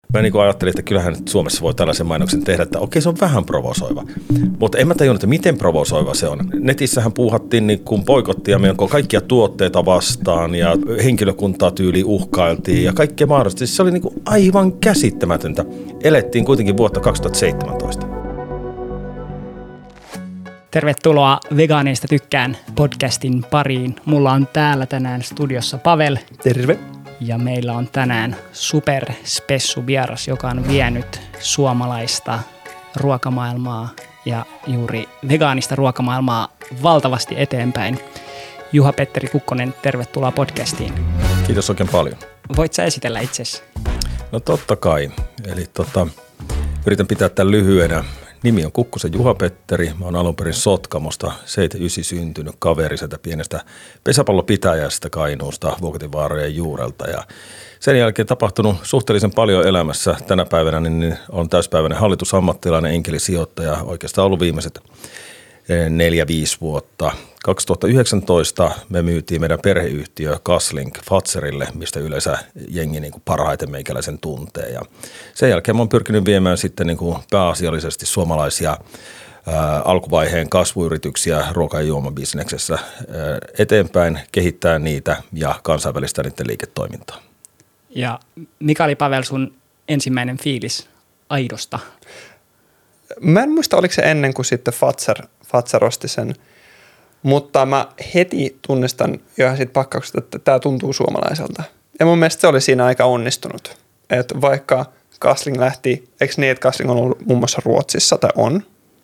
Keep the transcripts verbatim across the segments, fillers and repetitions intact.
Mä niin kuin ajattelin, että kyllähän nyt Suomessa voi tällaisen mainoksen tehdä, että okei, se on vähän provosoiva. Mutta en mä tajunnut, että miten provosoiva se on. Netissähän puuhattiin niin kuin boikottia meidän kaikkia tuotteita vastaan ja henkilökuntaa tyyliin uhkailtiin ja kaikkea mahdollista. Se oli niin kuin aivan käsittämätöntä. Elettiin kuitenkin vuotta kaksituhattaseitsemäntoista. Tervetuloa Vegaanista tykkään podcastin pariin. Mulla on täällä tänään studiossa Pavel. Terve. Ja meillä on tänään superspessu vieras, joka on vienyt suomalaista ruokamaailmaa ja juuri vegaanista ruokamaailmaa valtavasti eteenpäin. Juha-Petteri Kukkonen, tervetuloa podcastiin. Kiitos oikein paljon. Voit sä esitellä itsesi? No totta kai. Eli tota, yritän pitää tämän lyhyenä. Nimi on Kukkosen Juha-Petteri. Mä oon alun perin Sotkamosta, seitsemänkymmentäyhdeksän syntynyt kaveri sieltä pienestä pesäpallopitäjästä Kainuusta, Vuokatinvaarojen juurelta. Ja sen jälkeen tapahtunut suhteellisen paljon elämässä. Tänä päivänä niin on täyspäiväinen hallitusammattilainen, enkelisijoittaja, oikeastaan ollut viimeiset neljä, viisi vuotta. kaksituhattayhdeksäntoista me myytiin meidän perheyhtiö Kaslink Fatzerille, mistä yleensä jengi niin kuin parhaiten meikäläisen tuntee. Ja sen jälkeen mä oon pyrkinyt viemään sitten niin kuin pääasiallisesti suomalaisia ää, alkuvaiheen kasvuyrityksiä ruoka- ja juomabisneksessä ää, eteenpäin, kehittää niitä ja kansainvälistää niiden liiketoimintaa. Ja mikä oli, Pavel, sun ensimmäinen fiilis Aidosta? Mä en muista, oliko se ennen kuin sitten Fatser, Fatser osti sen, mutta mä heti tunnistan jo siitä pakkauksesta, että tämä tuntuu suomalaiselta. Ja mun mielestä se oli siinä aika onnistunut. Että vaikka Kasling lähti, eikö niin, että Kasling on ollut muun muassa Ruotsissa tai on?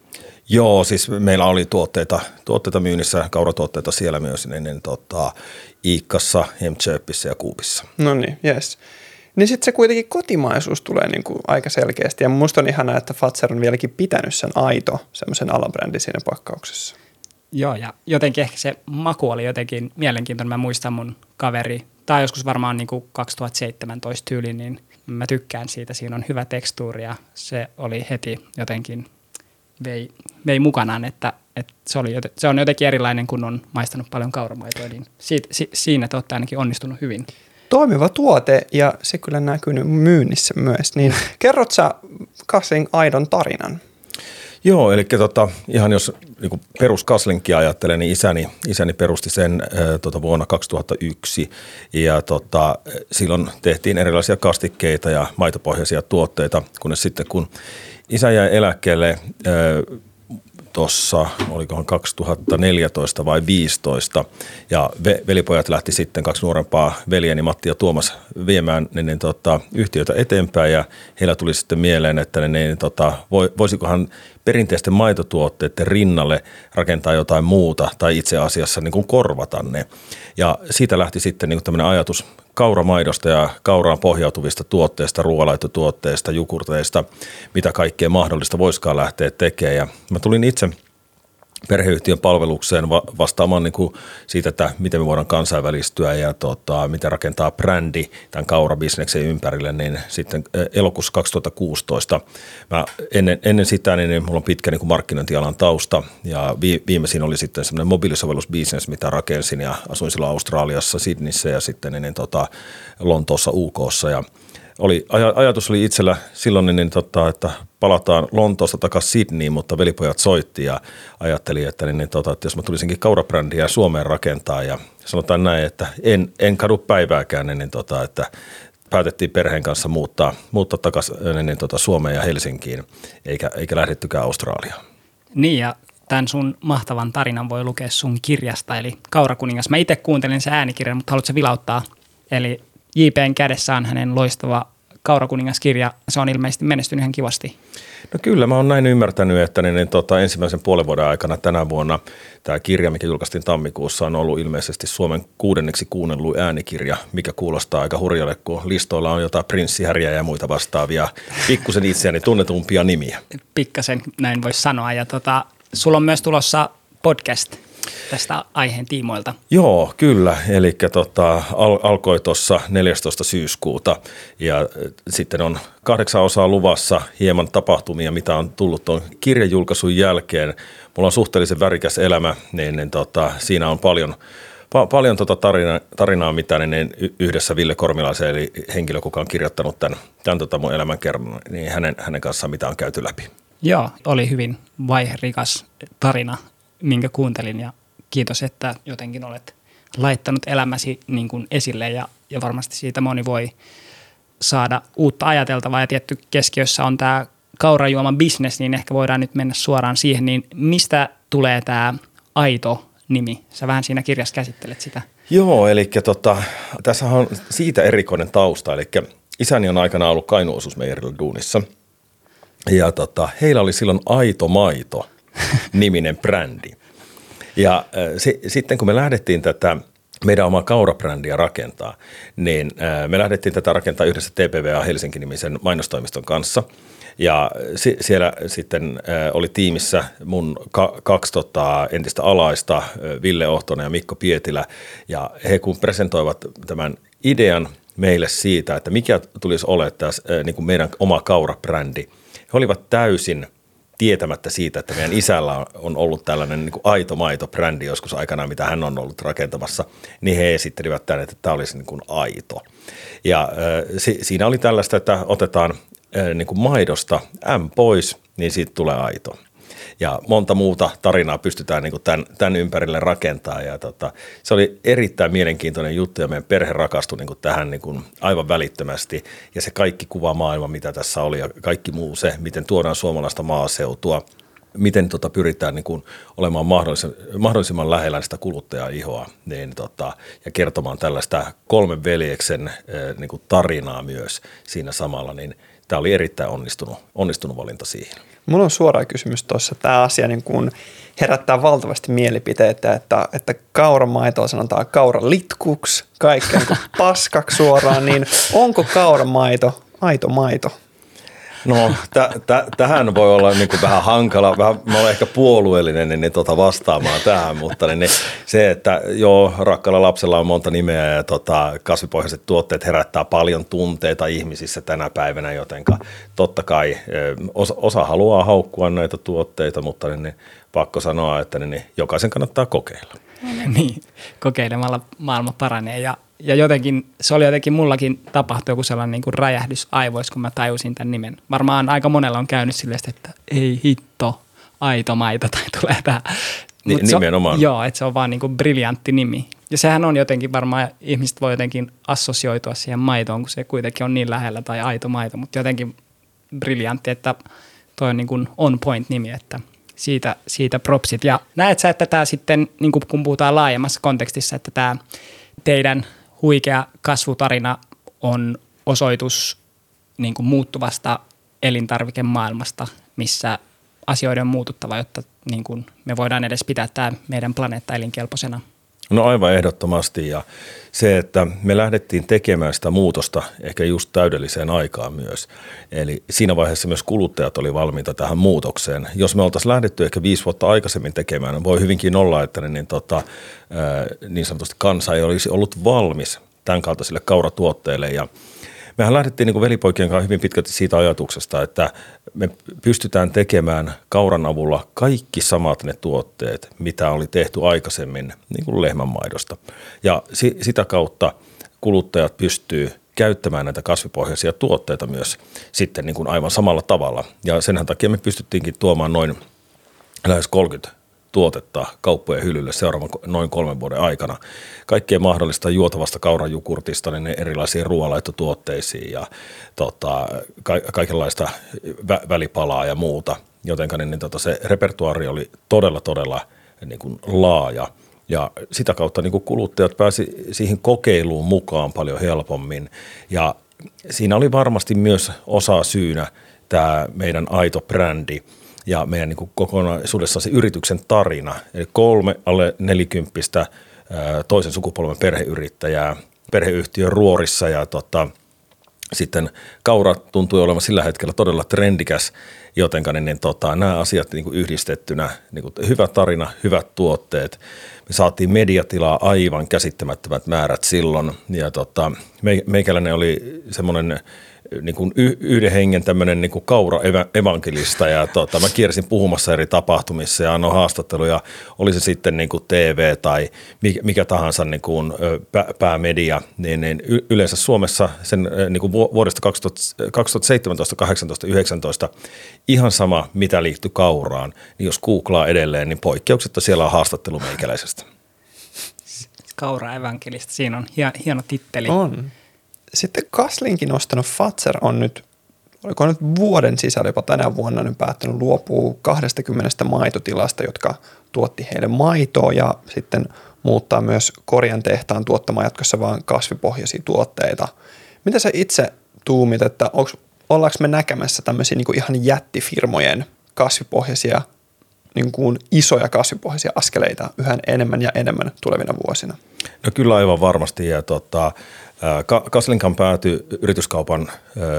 Joo, siis meillä oli tuotteita, tuotteita myynnissä, kauratuotteita siellä myös, niin, niin tota, Iikkassa, Hemköpissä ja Coopissa. No niin, jes. Niin sitten se kuitenkin kotimaisuus tulee niinku aika selkeästi. Ja musta on ihanaa, että Fatser on vieläkin pitänyt sen aito, semmoisen alabrändin siinä pakkauksessa. Joo, ja jotenkin ehkä se maku oli jotenkin mielenkiintoinen. Mä muistan mun kaveri, tai joskus varmaan niin kuin kaksituhattaseitsemäntoista tyyli, niin mä tykkään siitä. Siinä on hyvä tekstuuri ja se oli heti jotenkin, vei, vei mukanaan, että, että se, oli, se on jotenkin erilainen, kun on maistanut paljon kauramaitoa. Niin siitä, si, siinä te olette ainakin onnistunut hyvin. Toimiva tuote ja se kyllä näkyy myynnissä myös. Niin kerrot sä Kasling Aidon tarinan? Joo, eli tota, ihan jos niin perus Kaslinkia ajattelee, niin isäni, isäni perusti sen äh, tota, vuonna kaksituhattayksi ja tota, silloin tehtiin erilaisia kastikkeita ja maitopohjaisia tuotteita, kunnes sitten kun isä jäi eläkkeelle äh, tuossa, olikohan kaksituhattaneljätoista vai viisitoista, ja velipojat lähti sitten, kaksi nuorempaa veljeni Matti ja Tuomas, viemään niin, niin, tota, yhtiötä eteenpäin, ja heillä tuli sitten mieleen, että niin, niin, tota, voisikohan perinteisten maitotuotteiden rinnalle rakentaa jotain muuta, tai itse asiassa niin kuin korvata ne. Ja siitä lähti sitten niin kuin tämmöinen ajatus kauramaidosta ja kauraan pohjautuvista tuotteista, ruoanlaittotuotteista, jukurteista, mitä kaikkea mahdollista voisikaan lähteä tekemään. Ja mä tulin itse perheyhtiön palvelukseen vastaamaan niin kuin siitä, että miten me voidaan kansainvälistyä ja tota, miten rakentaa brändi tämän kaurabisneksen ympärille, niin sitten elokuussa kaksituhattakuusitoista. Mä ennen, ennen sitä niin mulla on pitkä niin kuin markkinointialan tausta ja vi, viimeisin oli sitten semmoinen mobiilisovellusbisnes, mitä rakensin ja asuin silloin Australiassa, Sydneyssä ja sitten niin, tota, Lontoossa, U K:ssa ja Oli, ajatus oli itsellä silloin, niin, tota, että palataan Lontoosta takaisin Sydneyin, mutta velipojat soitti ja ajatteli, että, niin, tota, että jos mä tulisinkin kaurabrändiä Suomeen rakentaa ja sanotaan näin, että en, en kadu päivääkään, niin, tota, että päätettiin perheen kanssa muuttaa, muuttaa takaisin niin, tota, Suomeen ja Helsinkiin, eikä, eikä lähdettykään Australiaan. Niin ja tämän sun mahtavan tarinan voi lukea sun kirjasta, eli Kaurakuningas. Mä itse kuuntelin sen äänikirjan, mutta haluatko vilauttaa? Eli J P:n kädessä on hänen loistava Kaurakuningas-kirja. Se on ilmeisesti menestynyt ihan kivasti. No kyllä, mä oon näin ymmärtänyt, että niin, niin, tota, ensimmäisen puolen vuoden aikana tänä vuonna tämä kirja, mikä julkaistiin tammikuussa, on ollut ilmeisesti Suomen kuudenneksi kuunnelluin äänikirja, mikä kuulostaa aika hurjalle, kun listoilla on jotain prinssihärjää ja muita vastaavia, pikkusen itseäni tunnetumpia nimiä. Pikkasen, näin voisi sanoa. Ja tota, sulla on myös tulossa podcast tästä aiheen tiimoilta. Joo, kyllä. Eli tota, al- alkoi tuossa neljästoista syyskuuta ja sitten on kahdeksan osaa luvassa, hieman tapahtumia, mitä on tullut tuon kirjajulkaisun jälkeen. Mulla on suhteellisen värikäs elämä, niin, niin tota, siinä on paljon, pa- paljon tota tarina, tarinaa, mitä niin yhdessä Ville Kormilaisen, eli henkilö, kuka on kirjoittanut tämän, tämän tota mun elämänkerran, niin hänen, hänen kanssaan mitä on käyty läpi. Joo, oli hyvin vaiherikas tarina, minkä kuuntelin ja kiitos, että jotenkin olet laittanut elämäsi niin kuin esille ja, ja varmasti siitä moni voi saada uutta ajateltavaa ja tietty keskiössä on tämä kaurajuoman business, niin ehkä voidaan nyt mennä suoraan siihen, niin mistä tulee tämä Aito-nimi? Sä vähän siinä kirjassa käsittelet sitä. Joo, eli tota, tässä on siitä erikoinen tausta, eli isäni on aikanaan ollut Kainuun osuusmeijerillä duunissa ja tota, heillä oli silloin Aito Maito niminen brändi. Ja äh, si- sitten kun me lähdettiin tätä meidän omaa kaurabrändiä rakentaa, niin äh, me lähdettiin tätä rakentaa yhdessä T P V A Helsinki-nimisen mainostoimiston kanssa. Ja si- siellä sitten äh, oli tiimissä mun ka- kaksi tota, entistä alaista, äh, Ville Ohtonen ja Mikko Pietilä. Ja he kun presentoivat tämän idean meille siitä, että mikä tulisi olemaan tässä äh, niin kuin meidän oma kaurabrändi, he olivat täysin tietämättä siitä, että meidän isällä on ollut tällainen niin kuin Aito Maito-brändi joskus aikanaan, mitä hän on ollut rakentamassa, niin he esittelivät tänne, että tämä olisi niin kuin aito. Ja äh, si- siinä oli tällaista, että otetaan äh, niin kuin maidosta M pois, niin siitä tulee aito. Ja monta muuta tarinaa pystytään niin kuin tämän, tämän ympärille rakentamaan. Ja tota, se oli erittäin mielenkiintoinen juttu ja meidän perhe rakastui niin kuin tähän niin kuin aivan välittömästi. Ja se kaikki kuvamaailma, mitä tässä oli ja kaikki muu se, miten tuodaan suomalaista maaseutua, miten tota pyritään niin kuin olemaan mahdollisimman, mahdollisimman lähellä sitä kuluttajaihoa niin tota, ja kertomaan tällaista kolmen veljeksen niin kuin tarinaa myös siinä samalla, niin tämä oli erittäin onnistunut, onnistunut valinta siihen. Mulla on suora kysymys tuossa. Tämä asia niin kun herättää valtavasti mielipiteitä, että, että kauramaitoa sanotaan kauralitkuksi, kaikkea niin paskaksi suoraan, niin onko kauramaito aito maito? No t- t- tähän voi olla niin kuin vähän hankala, vähän, mä olen ehkä puolueellinen niin, niin tota vastaamaan tähän, mutta niin, niin, se, että joo, rakkaalla lapsella on monta nimeä ja tota, kasvipohjaiset tuotteet herättää paljon tunteita ihmisissä tänä päivänä, jotenka totta kai osa, osa haluaa haukkua näitä tuotteita, mutta niin, niin, pakko sanoa, että niin, niin, jokaisen kannattaa kokeilla. Niin, kokeilemalla maailma paranee ja, ja jotenkin, se oli jotenkin mullakin tapahtui joku sellainen niin kuin räjähdys aivoissa, kun mä tajusin tämän nimen. Varmaan aika monella on käynyt silleen, että ei hitto, aito maito tai tulee tämä. Ni, nimenomaan. On, joo, että se on vaan niin kuin briljantti nimi. Ja sehän on jotenkin varmaan, ihmiset voi jotenkin assosioitua siihen maitoon, kun se kuitenkin on niin lähellä tai aito maito, mutta jotenkin briljantti, että toi on niin kuin on point nimi, että Siitä, siitä propsit. Ja näet sä, että tämä sitten, niin kun puhutaan laajemmassa kontekstissa, että tämä teidän huikea kasvutarina on osoitus niin kuin muuttuvasta elintarvikemaailmasta, missä asioiden on muututtava, jotta niin kuin me voidaan edes pitää tämä meidän planeetta elinkelpoisena. No aivan ehdottomasti ja se, että me lähdettiin tekemään sitä muutosta ehkä just täydelliseen aikaan myös. Eli siinä vaiheessa myös kuluttajat oli valmiita tähän muutokseen. Jos me oltaisiin lähdetty ehkä viisi vuotta aikaisemmin tekemään, niin voi hyvinkin olla, että niin, tota, niin sanotusti kansa ei olisi ollut valmis tämän kaltaisille kauratuotteille ja mehän lähdettiin niin kuin velipoikien kanssa hyvin pitkälti siitä ajatuksesta, että me pystytään tekemään kauran avulla kaikki samat ne tuotteet, mitä oli tehty aikaisemmin niin kuin lehmänmaidosta. Ja si- sitä kautta kuluttajat pystyy käyttämään näitä kasvipohjaisia tuotteita myös sitten niin kuin aivan samalla tavalla. Ja senhän takia me pystyttiinkin tuomaan noin lähes kolmekymmentä tuotetta kauppojen hyllylle seuraavan noin kolmen vuoden aikana. Kaikkea mahdollista juotavasta kauranjukurtista niin erilaisiin ruoanlaittotuotteisiin ja tota, ka- kaikenlaista vä- välipalaa ja muuta. Jotenka niin, niin, tota, se repertuaari oli todella, todella niin kuin laaja. Ja sitä kautta niin kuin kuluttajat pääsi siihen kokeiluun mukaan paljon helpommin. Ja siinä oli varmasti myös osa syynä tämä meidän aito brändi ja meidän niin kuin kokonaisuudessaan se yrityksen tarina. Eli kolme alle nelikymppistä toisen sukupolven perheyrittäjää, perheyhtiön ruorissa ja tota, sitten kaura tuntui olevan sillä hetkellä todella trendikäs, jotenka niin, niin, tota, nämä asiat niin kuin yhdistettynä, niin kuin hyvä tarina, hyvät tuotteet. Me saatiin mediatilaa aivan käsittämättömät määrät silloin ja tota, me, meikäläinen oli semmoinen niin kuin y- yhden hengen tämmöinen niin kuin kaura-evankelista ja tota, mä kiersin puhumassa eri tapahtumissa ja annoin haastatteluja, oli se sitten niin kuin T V tai mikä, mikä tahansa niin kuin pä- päämedia, niin, niin yleensä Suomessa sen niin kuin vuodesta kaksituhattaseitsemäntoista, kahdeksantoista, yhdeksäntoista ihan sama mitä liittyy kauraan, niin jos googlaa edelleen, niin poikkeuksetta siellä on haastattelu meikäläisestä. Kaura-evankelista, siinä on hieno titteli. On. Sitten Kaslinkin ostanut Fazer on nyt, oliko nyt vuoden sisällä jopa tänä vuonna nyt päättänyt luopua kaksikymmentä maitotilasta, jotka tuotti heille maitoa ja sitten muuttaa myös Korian tehtaan tuottamaan jatkossa vain kasvipohjaisia tuotteita. Mitä sä itse tuumit, että onks, ollaanko me näkemässä tämmöisiä niin kuin ihan jättifirmojen kasvipohjaisia, niin kuin isoja kasvipohjaisia askeleita yhä enemmän ja enemmän tulevina vuosina? No kyllä aivan varmasti ja tota, Kaslinkan päätyi yrityskaupan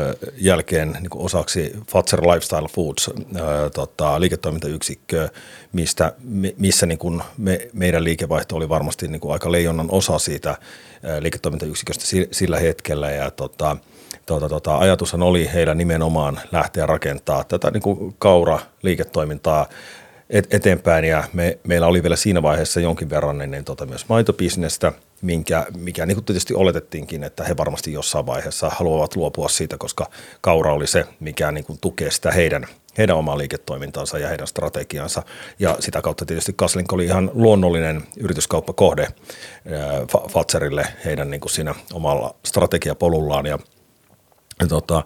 jälkeen niin kuin osaksi Fazer Lifestyle Foods tota, liiketoimintayksikköä, mistä, missä niin kuin me, meidän liikevaihto oli varmasti niin kuin aika leijonnan osa siitä liiketoimintayksiköstä sillä hetkellä ja tota, Tota, tota, ajatushan oli heidän nimenomaan lähteä rakentaa tätä niin kuin kaura-liiketoimintaa et, eteenpäin ja me, meillä oli vielä siinä vaiheessa jonkin verran niin, tota, myös maitobisnestä, minkä, mikä niin kuin tietysti oletettiinkin, että he varmasti jossain vaiheessa haluavat luopua siitä, koska kaura oli se, mikä niin kuin tukee sitä heidän, heidän omaa liiketoimintansa ja heidän strategiansa ja sitä kautta tietysti Kaslink oli ihan luonnollinen yrityskauppakohde Fazerille heidän niin kuin siinä omalla strategiapolullaan ja Ja tota,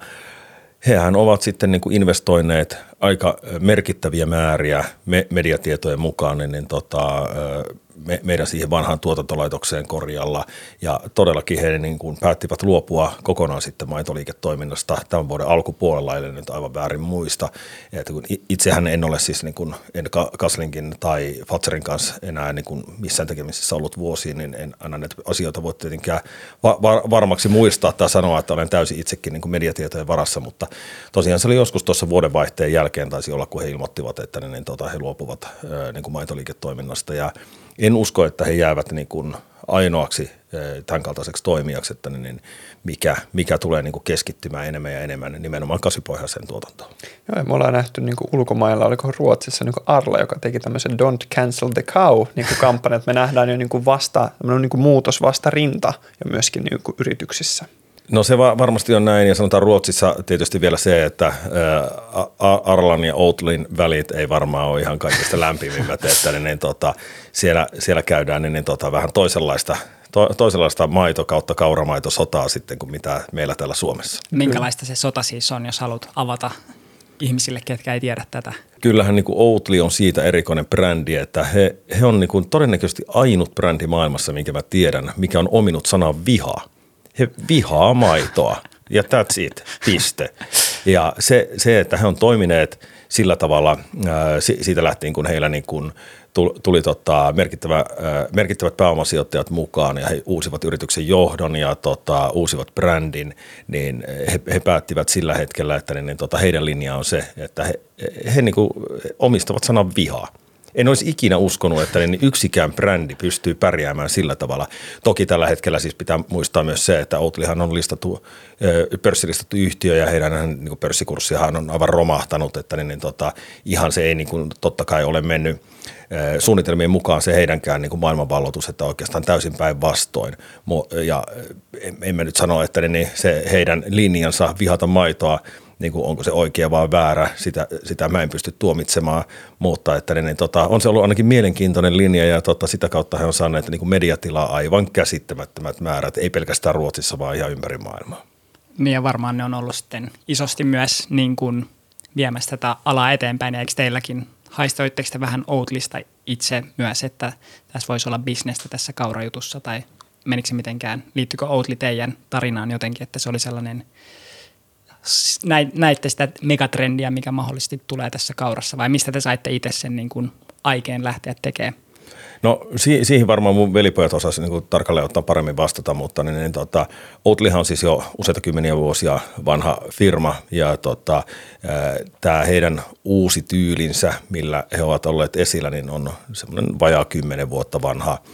hehän ovat sitten niin kuin investoineet aika merkittäviä määriä me, mediatietojen mukaan niin, niin tota, me, meidän siihen vanhaan tuotantolaitokseen Korjalla ja todellakin he niin kuin päättivät luopua kokonaan sitten maitoliiketoiminnasta tämän vuoden alkupuolella, eli nyt aivan väärin muista. Että kun itsehän en ole siis niin kuin, en Kaslinkin tai Fazerin kanssa enää niin kuin missään tekemisissä ollut vuosiin, niin en aina näitä asioita voi tietenkään va- var- varmaksi muistaa tai sanoa, että olen täysin itsekin niin kuin mediatietojen varassa, mutta tosiaan se oli joskus tuossa vuodenvaihteen jälkeen taisi olla, kun he ilmoittivat, että niin, niin, tota, he luopuvat ää, niin kuin maitoliiketoiminnasta ja en usko, että he jäävät niin kuin ainoaksi tämän kaltaiseksi toimijaksi, että niin mikä, mikä tulee niin kuin keskittymään enemmän ja enemmän nimenomaan kasvipohjaiseen tuotantoon. Joo, me ollaan nähty niin kuin ulkomailla, oliko Ruotsissa niin kuin Arla, joka teki tämmöisen Don't Cancel the Cow niin kuin kampanjan, että me nähdään jo niin kuin vasta, niin kuin muutos vasta rinta ja myöskin niin kuin yrityksissä. No se va- varmasti on näin ja sanotaan Ruotsissa tietysti vielä se, että ää, Arlan ja Oatlyn välit ei varmaan ole ihan kaikista lämpimimmät, että niin, niin, tota, siellä, siellä käydään niin, niin, tota, vähän toisenlaista, to, toisenlaista maito kautta kauramaitosotaa sitten kuin mitä meillä täällä Suomessa. Minkälaista se sota siis on, jos haluat avata ihmisille, ketkä ei tiedä tätä? Kyllähän niin kuin Oatly on siitä erikoinen brändi, että he, he on niin kuin todennäköisesti ainut brändi maailmassa, minkä mä tiedän, mikä on ominut sanaa viha. He vihaa maitoa ja that's it, piste. Ja se, se että he on toimineet sillä tavalla ää, siitä lähtien, kun heillä niin kuin tuli, tuli tota, merkittävä, ää, merkittävät pääomasijoittajat mukaan ja he uusivat yrityksen johdon ja tota, uusivat brändin, niin he, he päättivät sillä hetkellä, että niin, niin, tota, heidän linja on se, että he, he niin kuin omistavat sanan vihaa. En olisi ikinä uskonut, että niin yksikään brändi pystyy pärjäämään sillä tavalla. Toki tällä hetkellä siis pitää muistaa myös se, että Oatlyhan on listattu, pörssilistattu yhtiö ja heidän niin pörssikurssihan on aivan romahtanut, että niin, niin, tota, ihan se ei niin kuin, totta kai ole mennyt suunnitelmien mukaan se heidänkään niin kuin maailmanvalloitus, että oikeastaan täysin päinvastoin. Ja emme nyt sano, että niin, se heidän linjansa vihata maitoa, niin kuin onko se oikea vai väärä, sitä, sitä mä en pysty tuomitsemaan, mutta että niin, tota, on se ollut ainakin mielenkiintoinen linja ja tota, sitä kautta he on saaneet niin kuin mediatilaa aivan käsittämättömät määrät, ei pelkästään Ruotsissa, vaan ihan ympäri maailmaa. Niin ja varmaan ne on ollut sitten isosti myös niin kuin viemässä tätä alaa eteenpäin, ja eikö teilläkin haistoitteko te vähän Oatlysta itse myös, että tässä voisi olla bisnestä tässä kaurajutussa, tai menikö se mitenkään, liittyykö Oatly teidän tarinaan jotenkin, että se oli sellainen, näitte sitä megatrendiä, mikä mahdollisesti tulee tässä kaurassa, vai mistä te saitte itse sen niin kuin aikeen lähteä tekemään? No si- siihen varmaan mun velipojat osasivat niin tarkalleen ottaa paremmin vastata, mutta niin, niin, tota, Oatlyhan on siis jo useita kymmeniä vuosia vanha firma ja tota, tämä heidän uusi tyylinsä, millä he ovat olleet esillä, niin on semmoinen vajaa kymmenen vuotta vanha.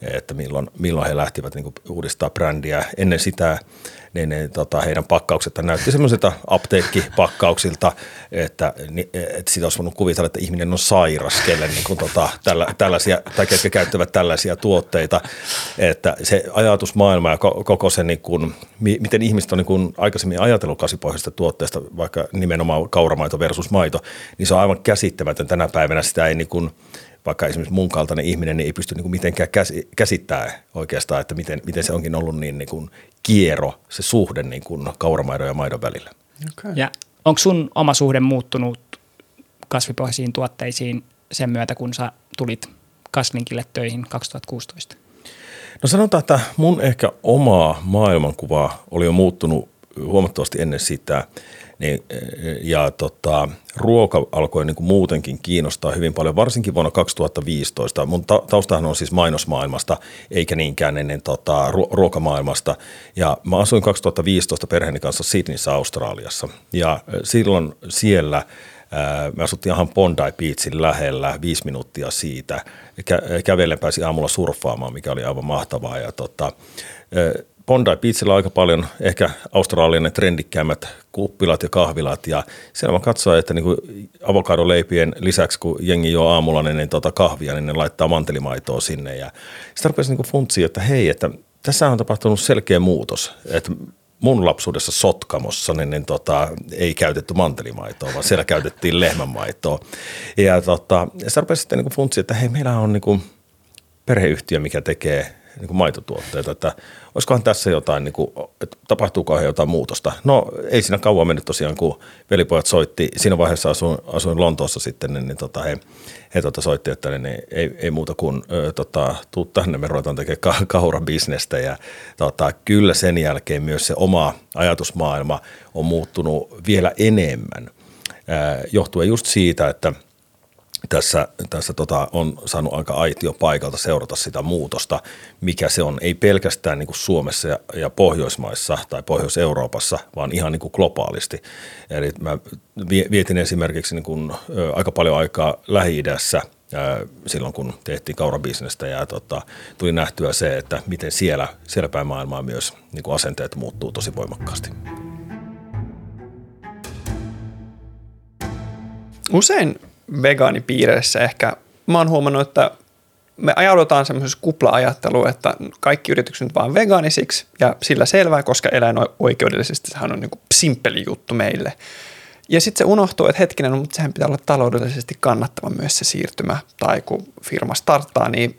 että milloin, milloin he lähtivät niin kuin uudistaa brändiä. Ennen sitä niin, niin, tota, heidän pakkaukset näytti semmoisilta apteekkipakkauksilta, että, että sitä olisi voinut kuvitella, että ihminen on sairas, kelle niin kuin, tota, tällä, tällaisia, tai ketkä käyttävät tällaisia tuotteita. Että se ajatusmaailma ja koko se, niin kuin, miten ihmiset on niin kuin aikaisemmin ajatellut kasvipohjaisesta tuotteesta, vaikka nimenomaan kauramaito versus maito, niin se on aivan käsittämätön tänä päivänä. Sitä ei niin kuin, vaikka esimerkiksi mun kaltainen ihminen niin ei pysty niin kuin mitenkään käsittämään oikeastaan, että miten, miten se onkin ollut niin, niin kuin kiero, se suhde niin kuin kauramaidon ja maidon välillä. Okay. Ja onko sun oma suhde muuttunut kasvipohjaisiin tuotteisiin sen myötä, kun sä tulit Kaslinkille töihin kaksituhattakuusitoista? No sanotaan, että mun ehkä oma maailmankuva oli jo muuttunut huomattavasti ennen sitä. Niin, ja tota, ruoka alkoi niin kuin muutenkin kiinnostaa hyvin paljon, varsinkin vuonna kaksituhattaviisitoista. Mun ta- taustahan on siis mainosmaailmasta, eikä niinkään ennen tota, ru- ruokamaailmasta. Ja mä asuin kaksituhattaviisitoista perheeni kanssa Sydneyssä Australiassa. Ja silloin siellä ää, me asuttiin ihan Bondi Beachin lähellä, viisi minuuttia siitä. Kä- kävellen pääsi aamulla surffaamaan, mikä oli aivan mahtavaa. Ja tota, ää, Bondi Beachillä on aika paljon ehkä Australian trendikkäimmät kuppilat ja kahvilat, ja siellä mä katsoin, että niin avokadoleipien lisäksi, kun jengi juo aamulla niin, niin tota kahvia, niin ne laittaa mantelimaitoa sinne, ja sitä rupesi niin funtsia, että hei, että tässä on tapahtunut selkeä muutos, että mun lapsuudessa Sotkamossa niin, niin tota, ei käytetty mantelimaitoa, vaan siellä käytettiin lehmänmaitoa, ja tota, sitä rupesi sitten niin funtsia, että hei, meillä on niin perheyhtiö, mikä tekee niin kuin maitotuotteita, että olisikohan tässä jotain, niin kuin, että tapahtuukohan jotain muutosta. No ei siinä kauan mennyt tosiaan, kun velipojat soitti, siinä vaiheessa asuin, asuin Lontoossa sitten, niin, niin tota, he, he tota, soitti, että niin, niin, ei, ei muuta kuin ö, tota, tuu tänne, me ruvetaan tekemään kaurabisnestä, ja tota, kyllä sen jälkeen myös se oma ajatusmaailma on muuttunut vielä enemmän, äh, johtuen just siitä, että Tässä, tässä tota, on saanut aika aitio paikalta seurata sitä muutosta, mikä se on, ei pelkästään niin kuin Suomessa ja, ja Pohjoismaissa tai Pohjois-Euroopassa, vaan ihan niin kuin globaalisti. Eli mä vietin esimerkiksi niin kuin, ö, aika paljon aikaa Lähi-idässä ö, silloin, kun tehtiin kaurabisnestä, ja tota, tuli nähtyä se, että miten siellä, siellä päin maailmaa myös niin kuin asenteet muuttuu tosi voimakkaasti. Usein vegaanipiireissä ehkä mä oon huomannut, että me ajaudutaan semmoisessa kupla-ajatteluun, että kaikki yritykset nyt vaan vegaanisiksi ja sillä selvää, koska eläinoikeudellisesti sehän on niin kuin simppeli juttu meille. Ja sitten se unohtuu, että hetkinen, no, mutta sehän pitää olla taloudellisesti kannattava myös se siirtymä, tai kun firma starttaa, niin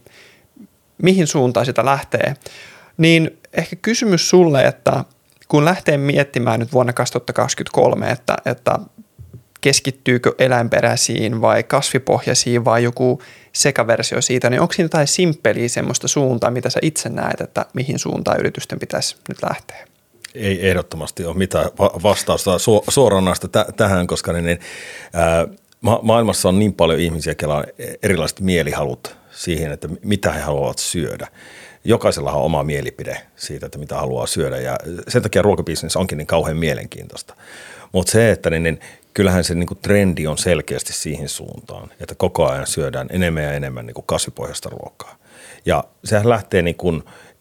mihin suuntaan sitä lähtee. Niin ehkä kysymys sulle, että kun lähtee miettimään nyt vuonna kaksituhattakaksikymmentäkolme, että, että keskittyykö eläinperäisiin vai kasvipohjaisiin vai joku sekaversio siitä, niin onko siinä jotain simppeliä semmoista suuntaa, mitä sä itse näet, että mihin suuntaan yritysten pitäisi nyt lähteä? Ei ehdottomasti ole mitään vastausta suoranaista tähän, koska niin, niin, ää, ma- maailmassa on niin paljon ihmisiä, joilla on erilaiset mielihalut siihen, että mitä he haluavat syödä. Jokaisella on oma mielipide siitä, että mitä haluaa syödä, ja sen takia ruokabisnes onkin niin kauhean mielenkiintoista. Mutta se, että niin, niin, kyllähän se niin kuin trendi on selkeästi siihen suuntaan, että koko ajan syödään enemmän ja enemmän niin kuin kasvipohjaista ruokaa. Ja sehän lähtee niin kuin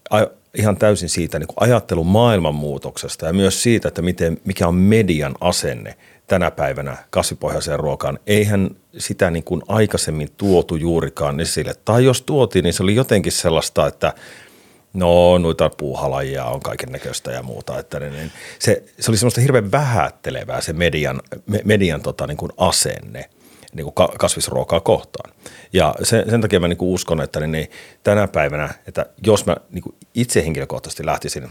ihan täysin siitä niin kuin ajattelun maailmanmuutoksesta ja myös siitä, että miten, mikä on median asenne tänä päivänä kasvipohjaiseen ruokaan. Eihän sitä niin kuin aikaisemmin tuotu juurikaan esille. Tai jos tuotiin, niin se oli jotenkin sellaista, että no, noita puuhalajia on kaiken näköistä ja muuta. Että niin, se, se oli semmoista hirveän vähättelevää se median, median tota, niin kuin asenne niin kuin kasvisruokaa kohtaan. Ja sen, sen takia mä niin kuin uskon, että niin, niin, tänä päivänä, että jos mä niin kuin itse henkilökohtaisesti lähtisin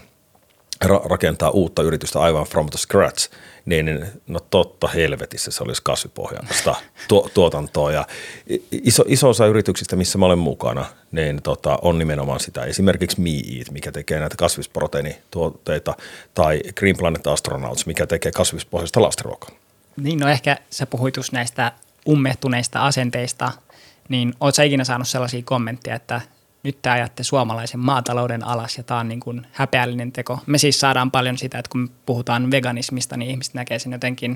ra- rakentaa uutta yritystä aivan from the scratch, niin, niin no totta helvetissä se olisi kasvipohjaista tu- tuotantoa. Ja iso, iso osa yrityksistä, missä mä olen mukana, niin tota, on nimenomaan sitä. Esimerkiksi Me Eat, mikä tekee näitä kasvisproteiinituotteita, tai Green Planet Astronauts, mikä tekee kasvispohjaista lastenruokaa. Niin, no ehkä sä puhuit just näistä ummehtuneista asenteista, niin oot sä ikinä saanut sellaisia kommentteja, että nyt te ajatte suomalaisen maatalouden alas ja tämä on niin kuin häpeällinen teko. Me siis saadaan paljon sitä, että kun puhutaan veganismista, niin ihmiset näkee sen jotenkin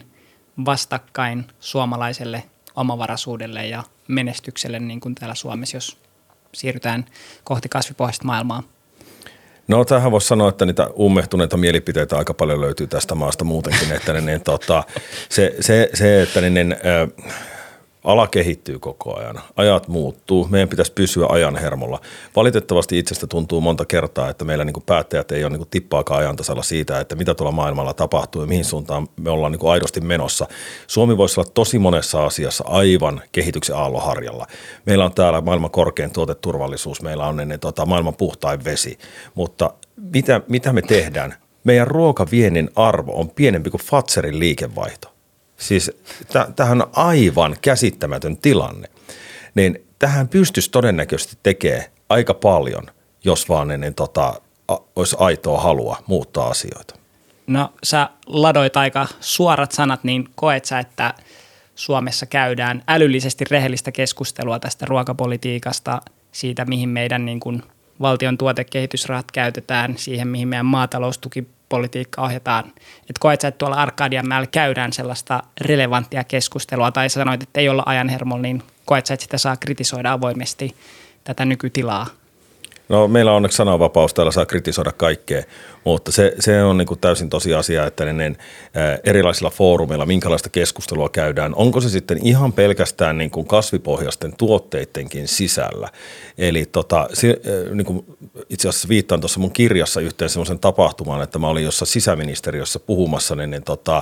vastakkain suomalaiselle omavaraisuudelle ja menestykselle niin kuin täällä Suomessa, jos siirrytään kohti kasvipohjaista maailmaa? No tähän voisi sanoa, että niitä ummehtuneita mielipiteitä aika paljon löytyy tästä maasta muutenkin, että ne, ne, tota, se, se, se, että ne, ne, ä, ala kehittyy koko ajan, ajat muuttuu, meidän pitäisi pysyä ajan hermolla. Valitettavasti itsestä tuntuu monta kertaa, että meillä niin kuin päättäjät ei ole niin kuin tippaakaan ajantasalla siitä, että mitä tuolla maailmalla tapahtuu ja mihin suuntaan me ollaan niin kuin aidosti menossa. Suomi voisi olla tosi monessa asiassa aivan kehityksen aallonharjalla. Meillä on täällä maailman korkein tuoteturvallisuus, meillä on ne, tota, maailman puhtain vesi, mutta mitä, mitä me tehdään? Meidän ruokaviennin arvo on pienempi kuin Fazerin liikevaihto. Siis tämähän on aivan käsittämätön tilanne. Niin tähän pystyisi todennäköisesti tekemään aika paljon, jos vaan niin, tota, olisi aitoa halua muuttaa asioita. No sä ladoit aika suorat sanat, niin koet sä, että Suomessa käydään älyllisesti rehellistä keskustelua tästä ruokapolitiikasta, siitä mihin meidän niin kuin valtion tuotekehitysrahat käytetään, siihen mihin meidän maataloustukipolitiikka ohjataan. Et koet sä, että tuolla Arkadianmäellä käydään sellaista relevanttia keskustelua, tai sä sanoit, että ei olla ajanhermolla, niin koet sä, että sitä saa kritisoida avoimesti tätä nykytilaa? No meillä on onneksi sananvapaus, täällä saa kritisoida kaikkea, mutta se, se on niin kuin täysin tosiasia, että ne, ne, erilaisilla foorumeilla minkälaista keskustelua käydään. Onko se sitten ihan pelkästään niin kuin kasvipohjaisten tuotteidenkin sisällä? Eli tota, se, niin kuin itse asiassa viittaan tuossa mun kirjassa yhteen semmoisen tapahtumaan, että mä olin jossain sisäministeriössä puhumassa, niin, niin tota,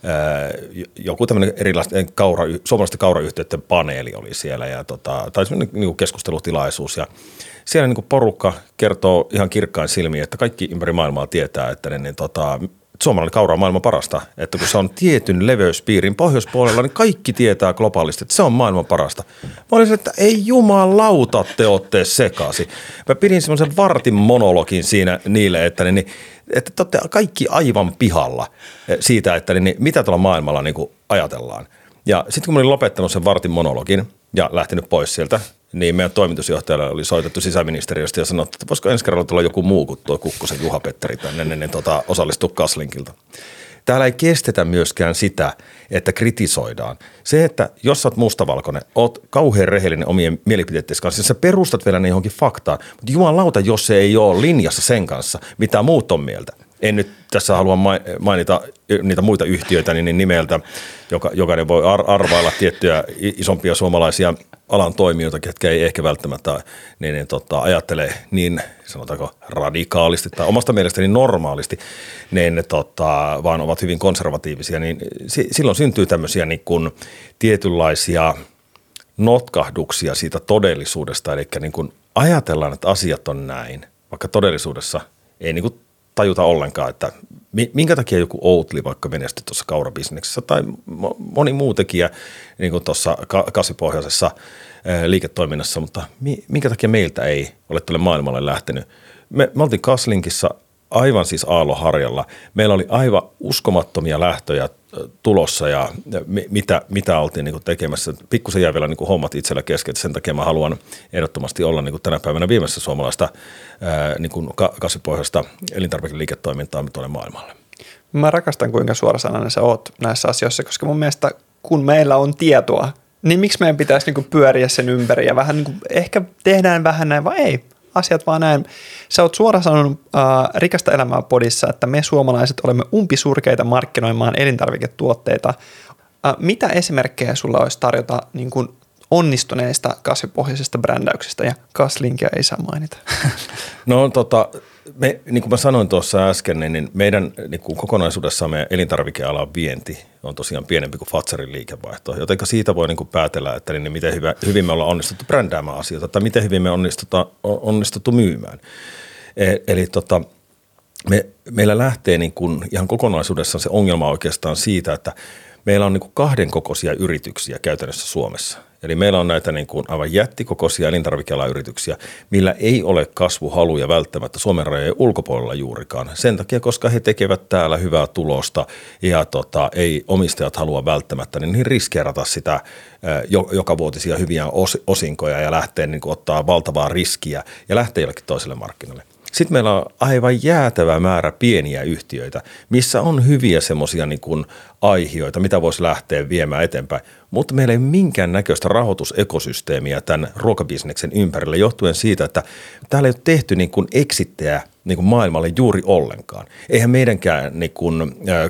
joku tämmöinen erilaisten kaura, suomalaisten kaurayhtiöiden paneeli oli siellä, ja tota, tai semmoinen niin kuin keskustelutilaisuus, ja siellä niin kuin porukka kertoo ihan kirkkain silmiin, että kaikki ympäri maailmaa tietää, että niin, niin, tota, suomalainen kaura on maailman parasta. Että kun se on tietyn leveyspiirin pohjoispuolella, niin kaikki tietää globaalisti, että se on maailman parasta. Mä olin että ei jumalauta te ootte sekaisin. Mä pidin semmoisen vartin monologin siinä niille, että, niin, että te ootte kaikki aivan pihalla siitä, että niin, mitä tuolla maailmalla niin kuin ajatellaan. Ja sitten kun mä olin lopettanut sen vartin monologin ja lähtenyt pois sieltä, niin meidän toimitusjohtajalle oli soitettu sisäministeriöstä ja sanottu, että voisiko ensi kerralla tulla joku muu kuin tuo Kukkosen Juha-Petteri tänne, niin, niin tota, osallistua Kaslinkilta. Täällä ei kestetä myöskään sitä, että kritisoidaan. Se, että jos sä oot mustavalkoinen, oot kauhean rehellinen omien mielipiteiden kanssa, sä perustat vielä ne johonkin faktaan, mutta jumalauta, jos se ei ole linjassa sen kanssa, mitä muut on mieltä. En nyt tässä halua mainita niitä muita yhtiöitä niin nimeltä, joka, jokainen voi arvailla tiettyjä isompia suomalaisia alan toimijoita, ketkä ei ehkä välttämättä niin, niin, tota, ajattele niin, sanotaanko radikaalisti tai omasta mielestäni normaalisti, niin, tota, vaan ovat hyvin konservatiivisia, niin silloin syntyy tämmöisiä niin kuin tietynlaisia notkahduksia siitä todellisuudesta, eli niin kuin ajatellaan, että asiat on näin, vaikka todellisuudessa ei niin kuin tajuta ollenkaan, että minkä takia joku Oatly vaikka menestyi tuossa kaurabisneksessä tai moni muu tekijä niin kuin tuossa kasvipohjaisessa liiketoiminnassa, mutta minkä takia meiltä ei ole tälle maailmalle lähtenyt. Me, me oltiin Kaslinkissa aivan siis aallonharjalla. Meillä oli aivan uskomattomia lähtöjä tulossa ja mitä, mitä oltiin niin kuin tekemässä. Pikkusen jäi vielä niin kuin hommat itsellä kesken, sen takia mä haluan ehdottomasti olla niin kuin tänä päivänä viemässä suomalaista ää, niin kuin kasvipohjaista elintarvikeliiketoimintaa tuonne maailmalle. Mä rakastan, kuinka suorasanainen sä oot näissä asioissa, koska mun mielestä kun meillä on tietoa, niin miksi meidän pitäisi niin kuin pyöriä sen ympäri ja vähän niin kuin, ehkä tehdään vähän näin vai ei? Asiat vaan näin. Sä oot suoraan sanonut äh, Rikasta elämää podissa, että me suomalaiset olemme umpisurkeita markkinoimaan elintarviketuotteita. Äh, mitä esimerkkejä sulla olisi tarjota niin kuin onnistuneista kasvipohjaisesta brändäyksestä, ja Kaslinkia ei saa mainita? No tota, me, niin kuin mä sanoin tuossa äsken, niin meidän niin kuin kokonaisuudessaan meidän elintarvikealan vienti on tosiaan pienempi kuin Fazerin liikevaihto, joten siitä voi niin kuin päätellä, että niin miten hyvä, hyvin me ollaan onnistuttu brändäämään asioita tai miten hyvin me onnistuttu, onnistuttu myymään. E, eli tota, me, meillä lähtee niin kuin ihan kokonaisuudessaan se ongelma oikeastaan siitä, että meillä on niin kuin kahden kokoisia yrityksiä käytännössä Suomessa. Eli meillä on näitä niin kuin aivan jättikokoisia elintarvikealan yrityksiä, millä ei ole kasvuhaluja välttämättä Suomen rajojen ulkopuolella juurikaan. Sen takia, koska he tekevät täällä hyvää tulosta ja tota, ei omistajat halua välttämättä niin riskeerata sitä ä, joka vuotisia hyviä os, osinkoja ja lähteä niin kuin ottaa valtavaa riskiä ja lähteä jollekin toiselle markkinalle. Sitten meillä on aivan jäätävä määrä pieniä yhtiöitä, missä on hyviä semmoisia niin kuin aihioita, mitä voisi lähteä viemään eteenpäin. Mutta meillä ei minkään näköistä rahoitusekosysteemiä tämän ruokabisneksen ympärille johtuen siitä, että täällä ei ole tehty niin kuin exittejä niin kuin maailmalle juuri ollenkaan. Eihän meidänkään niin kuin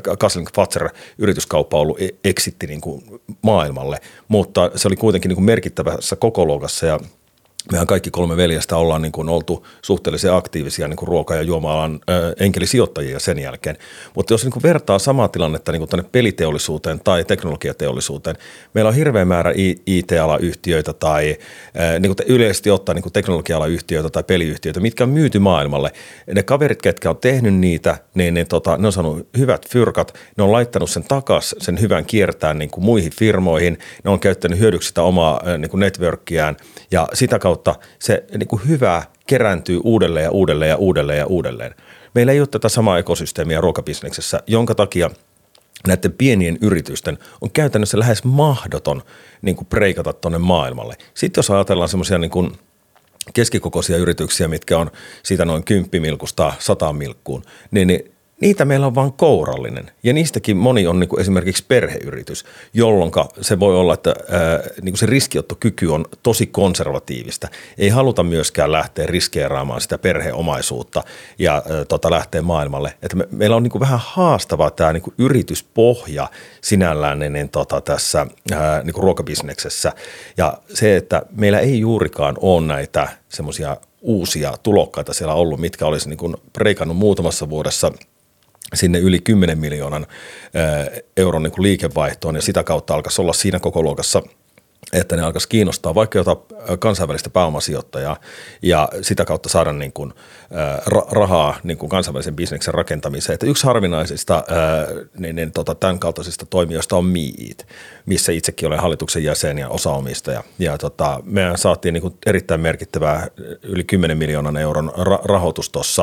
Castlink-Fazer-yrityskauppa ollut exitti niin kuin maailmalle, mutta se oli kuitenkin niin kuin merkittävässä kokoluokassa ja mehän kaikki kolme veljestä ollaan niin kuin oltu suhteellisen aktiivisia niin kuin ruoka- ja juoma-alan ö, enkelisijoittajia sen jälkeen. Mutta jos niin kuin vertaa samaa tilannetta niin kuin tänne peliteollisuuteen tai teknologiateollisuuteen, meillä on hirveä määrä I T-alan yhtiöitä tai ö, niin kuin yleisesti ottaen niin kuin teknologia-alan yhtiöitä tai peliyhtiöitä, mitkä on myyty maailmalle. Ne kaverit, ketkä on tehnyt niitä, niin ne, tota, ne on saanut hyvät fyrkat, ne on laittanut sen takas, sen hyvän kiertään niin kuin muihin firmoihin, ne on käyttänyt hyödyksi sitä omaa niin kuin networkkiään ja sitä kautta se niin kuin hyvä kerääntyy uudelleen ja uudelleen ja uudelleen ja uudelleen. Meillä ei ole tätä samaa ekosysteemiä ruokabisneksessä, jonka takia näiden pienien yritysten on käytännössä lähes mahdoton niin kuin breikata tuonne maailmalle. Sitten jos ajatellaan semmoisia niin kuin keskikokoisia yrityksiä, mitkä on siitä noin kymppimilkusta sataan milkkuun, niin, niin niitä meillä on vain kourallinen ja niistäkin moni on niin kuin esimerkiksi perheyritys, jolloin se voi olla, että ää, niin kuin se riskiottokyky on tosi konservatiivista. Ei haluta myöskään lähteä riskeeraamaan sitä perheomaisuutta ja ää, tota, lähteä maailmalle. Että me, meillä on niin kuin vähän haastavaa tämä niin kuin yrityspohja sinällään niin, tota, tässä ää, niin kuin ruokabisneksessä ja se, että meillä ei juurikaan ole näitä semmoisia uusia tulokkaita siellä ollut, mitkä olisi niin kuin breikannut muutamassa vuodessa sinne yli kymmenen miljoonan euron niin kuin liikevaihtoon ja sitä kautta alkaisi olla siinä kokoluokassa, että ne alkaisi kiinnostaa vaikka jotain kansainvälistä pääomasijoittajaa ja sitä kautta saada niin kuin rahaa niin kuin kansainvälisen bisneksen rakentamiseen. Että yksi harvinaisista niin, niin, tota, tämän kaltaisista toimijoista on Meet, missä itsekin olen hallituksen jäsen ja osaomistaja. Ja tota, me saatiin niin kuin erittäin merkittävää yli kymmenen miljoonan euron ra- rahoitus tuossa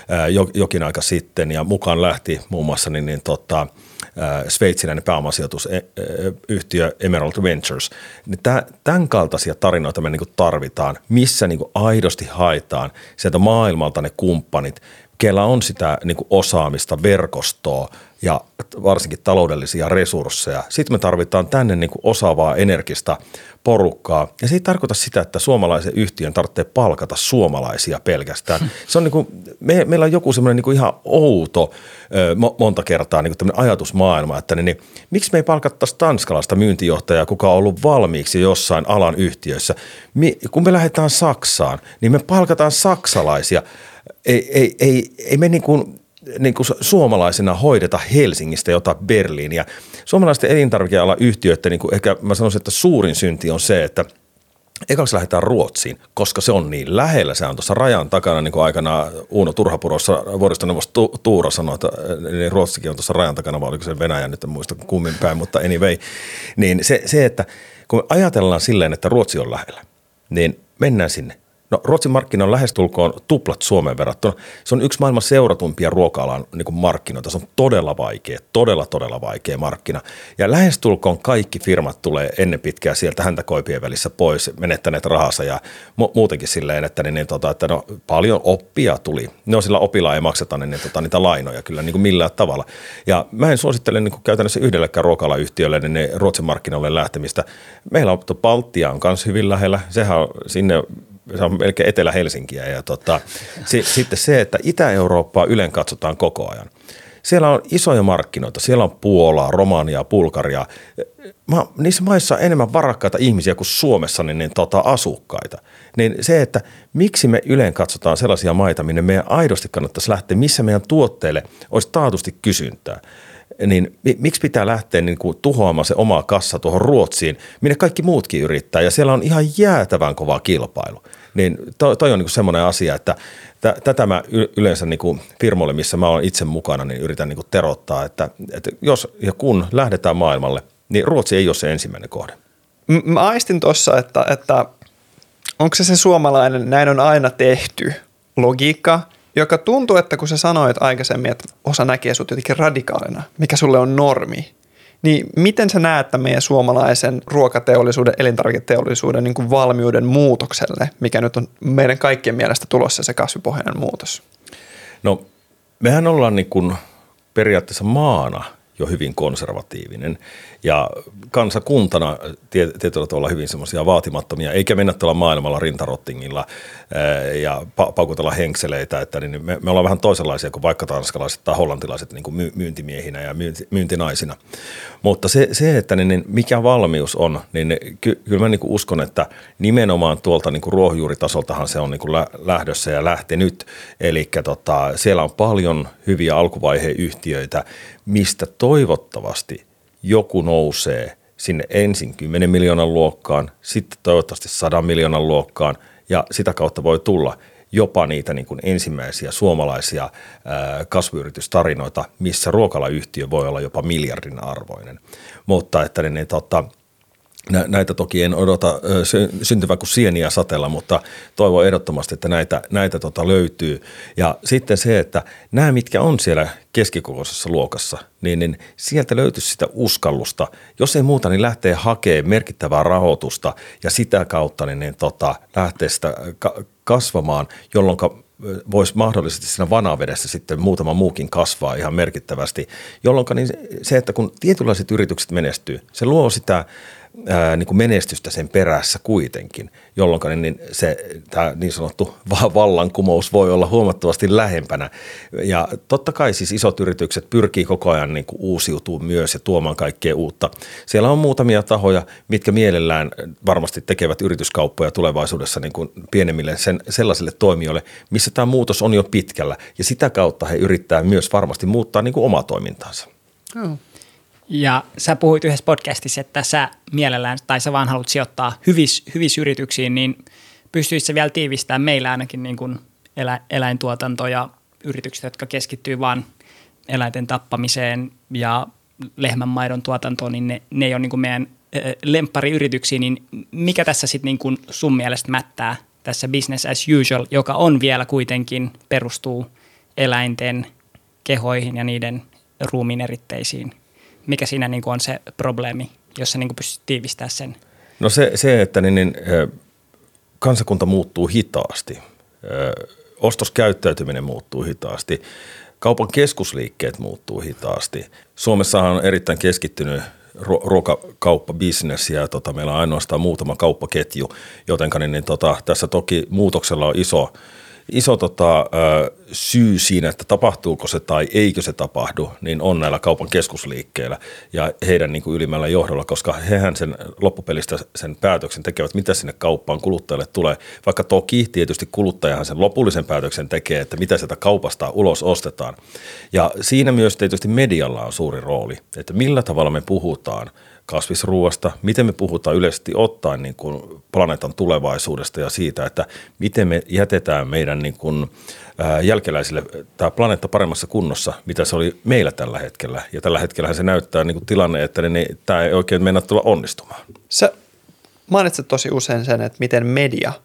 jokin aika sitten ja mukaan lähti muun muassa niin, niin, tota, sveitsiläinen pääomasijoitusyhtiö Emerald Ventures. Tämän kaltaisia tarinoita me niinku tarvitaan, missä niinku aidosti haetaan sieltä maailmalta ne kumppanit, kellä on sitä niinku osaamista, verkostoa ja varsinkin taloudellisia resursseja. Sitten me tarvitaan tänne niinku osaavaa, energista porukkaa. Ja se ei tarkoita sitä, että suomalaisen yhtiön tarvitsee palkata suomalaisia pelkästään. Se on niinku, me, meillä on joku semmoinen niinku ihan outo mo, monta kertaa niinku tämmöinen ajatusmaailma, että niin, niin, miksi me ei palkattaisi tanskalaista myyntijohtajaa, kuka on ollut valmiiksi jossain alan yhtiöissä. Me, kun me lähdetään Saksaan, niin me palkataan saksalaisia. Ei, ei, ei, ei me niin kuin, niin kuin suomalaisena hoideta Helsingistä jotain Berliiniä. Suomalaisten elintarvikealan yhtiöiden, niin kuin ehkä mä sanoisin, että suurin synti on se, että ekaksi lähdetään Ruotsiin, koska se on niin lähellä. Se on tuossa rajan takana, niin kuin aikanaan Uuno Turhapurossa vuoristoneuvos Tuura sanoi, että niin Ruotsikin on tuossa rajan takana, vai oliko se Venäjä, nyt en muista kummin päin, mutta anyway. Niin se, se, että kun me ajatellaan silleen, että Ruotsi on lähellä, niin mennään sinne. No, Ruotsin markkina on lähestulkoon tuplat Suomeen verrattuna. Se on yksi maailman seuratumpia ruoka-alan niin kuin markkinoita. Se on todella vaikea, todella, todella vaikea markkina. Ja lähestulkoon kaikki firmat tulee ennen pitkää sieltä häntä koipien välissä pois, menettäneet rahansa ja mu- muutenkin silleen, että, niin, niin, tota, että no, paljon oppia tuli. Ne on sillä opilla ei makseta niin, niin, tota, niitä lainoja kyllä niin kuin millään tavalla. Ja mä en suosittele niin kuin käytännössä yhdellekään ruoka-alayhtiölle niin, niin Ruotsin markkinoille lähtemistä. Meillä on Baltia on myös hyvin lähellä. Sehän on sinne... Se on melkein Etelä-Helsinkiä ja tota, si, sitten se, että Itä-Eurooppaa ylen katsotaan koko ajan. Siellä on isoja markkinoita, siellä on Puolaa, Romaniaa, Bulgaria. Ma, niissä maissa on enemmän varakkaita ihmisiä kuin Suomessa niin, niin tota, asukkaita. Niin se, että miksi me yleen katsotaan sellaisia maita, minne meidän aidosti kannattaisi lähteä, missä meidän tuotteille olisi taatusti kysyntää. Niin miksi pitää lähteä niin kuin tuhoamaan se oma kassa tuohon Ruotsiin, minne kaikki muutkin yrittää, ja siellä on ihan jäätävän kova kilpailu. Niin toi, toi on niin kuin semmoinen asia, että t- tätä mä yleensä niin kuin firmoille, missä mä olen itse mukana, niin yritän niin kuin terottaa, että, että jos ja kun lähdetään maailmalle, niin Ruotsi ei ole se ensimmäinen kohde. Mä aistin tuossa, että, että onko se se suomalainen, näin on aina tehty logiikka, joka tuntuu, että kun sä sanoit aikaisemmin, että osa näkee sut jotenkin radikaalina, mikä sulle on normi, Niin miten sä näet että meidän suomalaisen ruokateollisuuden, elintarviketeollisuuden niin kuin valmiuden muutokselle, mikä nyt on meidän kaikkien mielestä tulossa se kasvipohjainen muutos? No mehän ollaan niin kuin periaatteessa maana jo hyvin konservatiivinen ja kansakuntana tietyllä tavalla hyvin semmoisia vaatimattomia, eikä mennä tuolla maailmalla rintarottingilla ja paukutella henkseleitä, että niin me, me ollaan vähän toisenlaisia kuin vaikka tanskalaiset tai hollantilaiset niin kuin myyntimiehinä ja myynti, myyntinaisina. Mutta se, se että niin mikä valmius on, niin ky, kyllä mä niin kuin uskon, että nimenomaan tuolta niin kuin ruohonjuuritasoltahan se on niin kuin lähdössä ja lähtenyt, eli tota, siellä on paljon hyviä alkuvaiheen yhtiöitä, mistä toivottavasti joku nousee sinne ensin kymmenen miljoonan luokkaan, sitten toivottavasti sadan miljoonan luokkaan ja sitä kautta voi tulla jopa niitä niin kuin ensimmäisiä suomalaisia ää, kasvuyritystarinoita, missä ruokalayhtiö voi olla jopa miljardin arvoinen. Mutta että ne, tota, näitä toki en odota syntyvän kuin sieniä satella, mutta toivon ehdottomasti, että näitä, näitä tota löytyy. Ja sitten se, että nämä mitkä on siellä keskikokoisessa luokassa, niin, niin sieltä löytyisi sitä uskallusta. Jos ei muuta, niin lähtee hakemaan merkittävää rahoitusta ja sitä kautta niin, niin tota, lähtee sitä kasvamaan, jolloin voisi mahdollisesti siinä vanavedessä sitten muutama muukin kasvaa ihan merkittävästi, jolloin niin se, että kun tietynlaiset yritykset menestyy, se luo sitä Ää, niin kuin menestystä sen perässä kuitenkin, jolloin niin se tämä niin sanottu vallankumous voi olla huomattavasti lähempänä. Ja totta kai siis isot yritykset pyrkii koko ajan niin kuin uusiutumaan myös ja tuomaan kaikkea uutta. Siellä on muutamia tahoja, mitkä mielellään varmasti tekevät yrityskauppoja tulevaisuudessa niin kuin pienemmille sen, sellaisille toimijoille, missä tämä muutos on jo pitkällä. Ja sitä kautta he yrittää myös varmasti muuttaa niin kuin omaa toimintaansa. Oh. Ja sä puhuit yhdessä podcastissa, että sä mielellään tai sä vaan haluat sijoittaa hyvissä, hyvissä yrityksiin, niin pystyisit sä vielä tiivistämään meillä ainakin niin kuin elä, eläintuotanto ja yritykset, jotka keskittyy vaan eläinten tappamiseen ja lehmänmaidon tuotantoon, niin ne, ne ei ole niin kuin meidän lemppariyrityksiä, niin mikä tässä sitten niin kuin sun mielestä mättää tässä business as usual, joka on vielä kuitenkin perustuu eläinten kehoihin ja niiden ruumiin eritteisiin? Mikä siinä niin kuin on se probleemi, jos sä niin kuin pystyt tiivistämään sen? No se, se että niin, niin, kansakunta muuttuu hitaasti, ostoskäyttäytyminen muuttuu hitaasti, kaupan keskusliikkeet muuttuu hitaasti. Suomessahan on erittäin keskittynyt ruokakauppabisnes ja tota, meillä on ainoastaan muutama kauppaketju, jotenka niin, niin, tota, tässä toki muutoksella on iso Iso tota, syy siinä, että tapahtuuko se tai eikö se tapahdu, niin on näillä kaupan keskusliikkeillä ja heidän niin kuin ylimmällä johdolla, koska hehän sen loppupelistä sen päätöksen tekevät, mitä sinne kauppaan kuluttajalle tulee. Vaikka toki tietysti kuluttajahan sen lopullisen päätöksen tekee, että mitä sieltä kaupasta ulos ostetaan. Ja siinä myös tietysti medialla on suuri rooli, että millä tavalla me puhutaan kasvisruuasta, miten me puhutaan yleisesti ottaen niin kuin planeetan tulevaisuudesta ja siitä, että miten me jätetään meidän niin kuin, ää, jälkeläisille tämä planeetta paremmassa kunnossa, mitä se oli meillä tällä hetkellä. Ja tällä hetkellä se näyttää niin kuin tilanne, että ne, ne, tämä ei oikein mennä tulla onnistumaan. Sä mainitset tosi usein sen, että miten media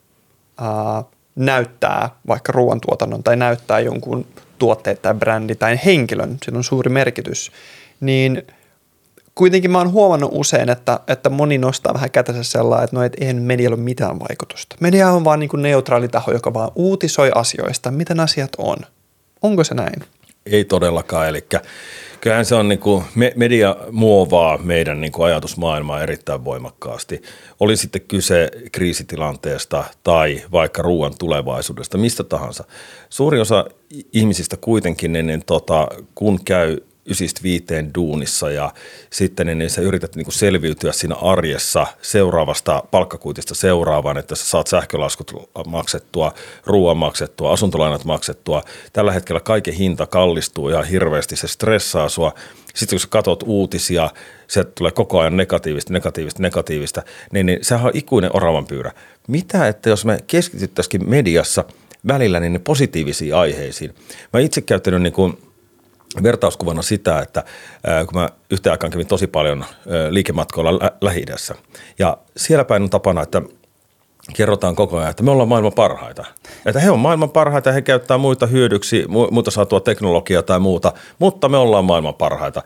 ää, näyttää vaikka ruoantuotannon tai näyttää jonkun tuotteet tai brändi tai henkilön, sillä on suuri merkitys, niin kuitenkin mä oon huomannut usein, että, että moni nostaa vähän kätensä sellainen, että no et eihän medialla ole mitään vaikutusta. Media on vaan niin kuin neutraali taho, joka vaan uutisoi asioista, miten asiat on. Onko se näin? Ei todellakaan, eli kyllähän se on niin kuin, media muovaa meidän niin kuin ajatusmaailmaa erittäin voimakkaasti. Oli sitten kyse kriisitilanteesta tai vaikka ruoan tulevaisuudesta, mistä tahansa. Suuri osa ihmisistä kuitenkin, niin, tota, kun käy ysistä viiteen duunissa ja sitten niin sä yrität niin kuin selviytyä siinä arjessa seuraavasta palkkakuitista seuraavaan, että sä saat sähkölaskut maksettua, ruoan maksettua, asuntolainat maksettua. Tällä hetkellä kaiken hinta kallistuu ihan hirveästi, se stressaa sua. Sitten kun sä katot uutisia, sieltä tulee koko ajan negatiivista, negatiivista, negatiivista, niin, niin sehän on ikuinen oravanpyyrä. Mitä, että jos me keskityttäisikin mediassa välillä niin positiivisiin aiheisiin? Mä itse käyttänyt niin kuin vertauskuvana sitä, että kun mä yhteen aikaan kävin tosi paljon liikematkoilla lä- Lähi-idässä ja siellä päin on tapana, että kerrotaan koko ajan, että me ollaan maailman parhaita. Että he on maailman parhaita ja he käyttää muita hyödyksi, muita saatua teknologiaa tai muuta, mutta me ollaan maailman parhaita.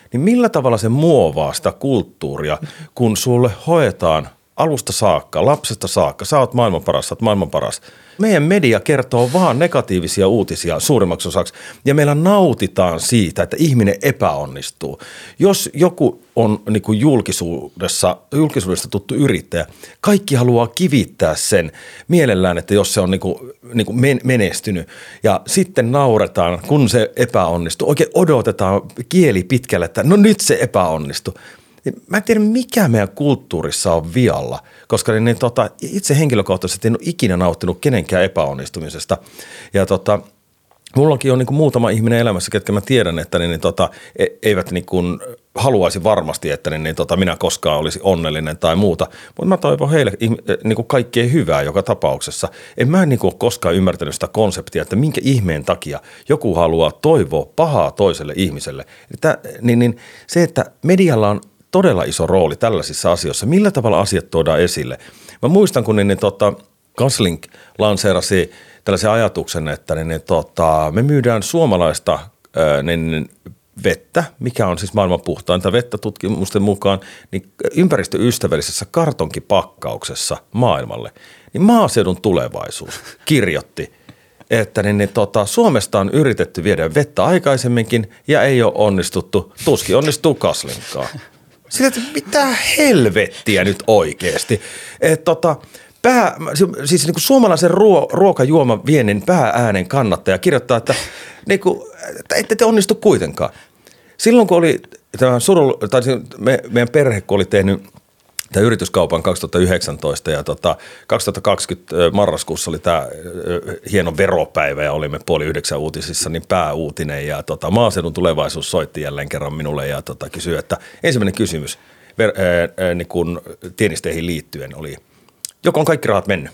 niin millä tavalla se muovaa sitä kulttuuria, kun sulle hoetaan alusta saakka, lapsesta saakka, sä oot maailman paras, sä oot maailman paras. Meidän media kertoo vaan negatiivisia uutisia suurimmaksi osaksi ja meillä nautitaan siitä, että ihminen epäonnistuu. Jos joku on niin kuin julkisuudessa, julkisuudesta tuttu yrittäjä, kaikki haluaa kivittää sen mielellään, että jos se on niin kuin, niin kuin menestynyt ja sitten nauretaan, kun se epäonnistuu. Oikein odotetaan kieli pitkälle, että no nyt se epäonnistui. Mä en tiedä, mikä meidän kulttuurissa on vialla, koska niin, niin, tota, itse henkilökohtaisesti en ole ikinä nauttinut kenenkään epäonnistumisesta. Ja tota, mullakin on niin kuin muutama ihminen elämässä, ketkä mä tiedän, että niin, niin, tota, e- eivät niin kuin haluaisi varmasti, että niin, niin, tota, minä koskaan olisi onnellinen tai muuta. Mutta mä toivon heille niin kuin kaikkea hyvää joka tapauksessa. En mä niin kuin ole koskaan ymmärtänyt sitä konseptia, että minkä ihmeen takia joku haluaa toivoa pahaa toiselle ihmiselle. Että, niin, niin, se, että medialla on todella iso rooli tällaisissa asioissa. Millä tavalla asiat tuodaan esille? Mä muistan, kun niin, niin, tota, Kaslink lanseerasi tällaisen ajatuksen, että niin, niin, tota, me myydään suomalaista ää, niin, vettä, mikä on siis maailman puhtainta vettä tutkimusten mukaan, niin ympäristöystävällisessä kartonkipakkauksessa maailmalle. Niin Maaseudun Tulevaisuus kirjoitti, että niin, niin, tota, Suomesta on yritetty viedä vettä aikaisemminkin ja ei ole onnistuttu, tuskin onnistuu Kaslinkkaan. Sillä, että mitä helvettiä nyt oikeasti. Että tota, pää, siis niin kuin suomalaisen ruo, ruokajuoman viennin päääänen kannattaja kirjoittaa, että, niin kuin, että ette te onnistu kuitenkaan. Silloin kun oli tämä surull, tai me, meidän perhe, kun oli tehnyt tämä yrityskaupan kaksituhattayhdeksäntoista ja tota, kaksituhattakaksikymmentä marraskuussa oli tämä hieno veropäivä ja olimme puoli yhdeksän uutisissa, niin pääuutinen ja tota, Maaseudun Tulevaisuus soitti jälleen kerran minulle ja tota, kysyi, että ensimmäinen kysymys ver, ää, ää, niin kun tienisteihin liittyen oli, joko on kaikki rahat mennyt?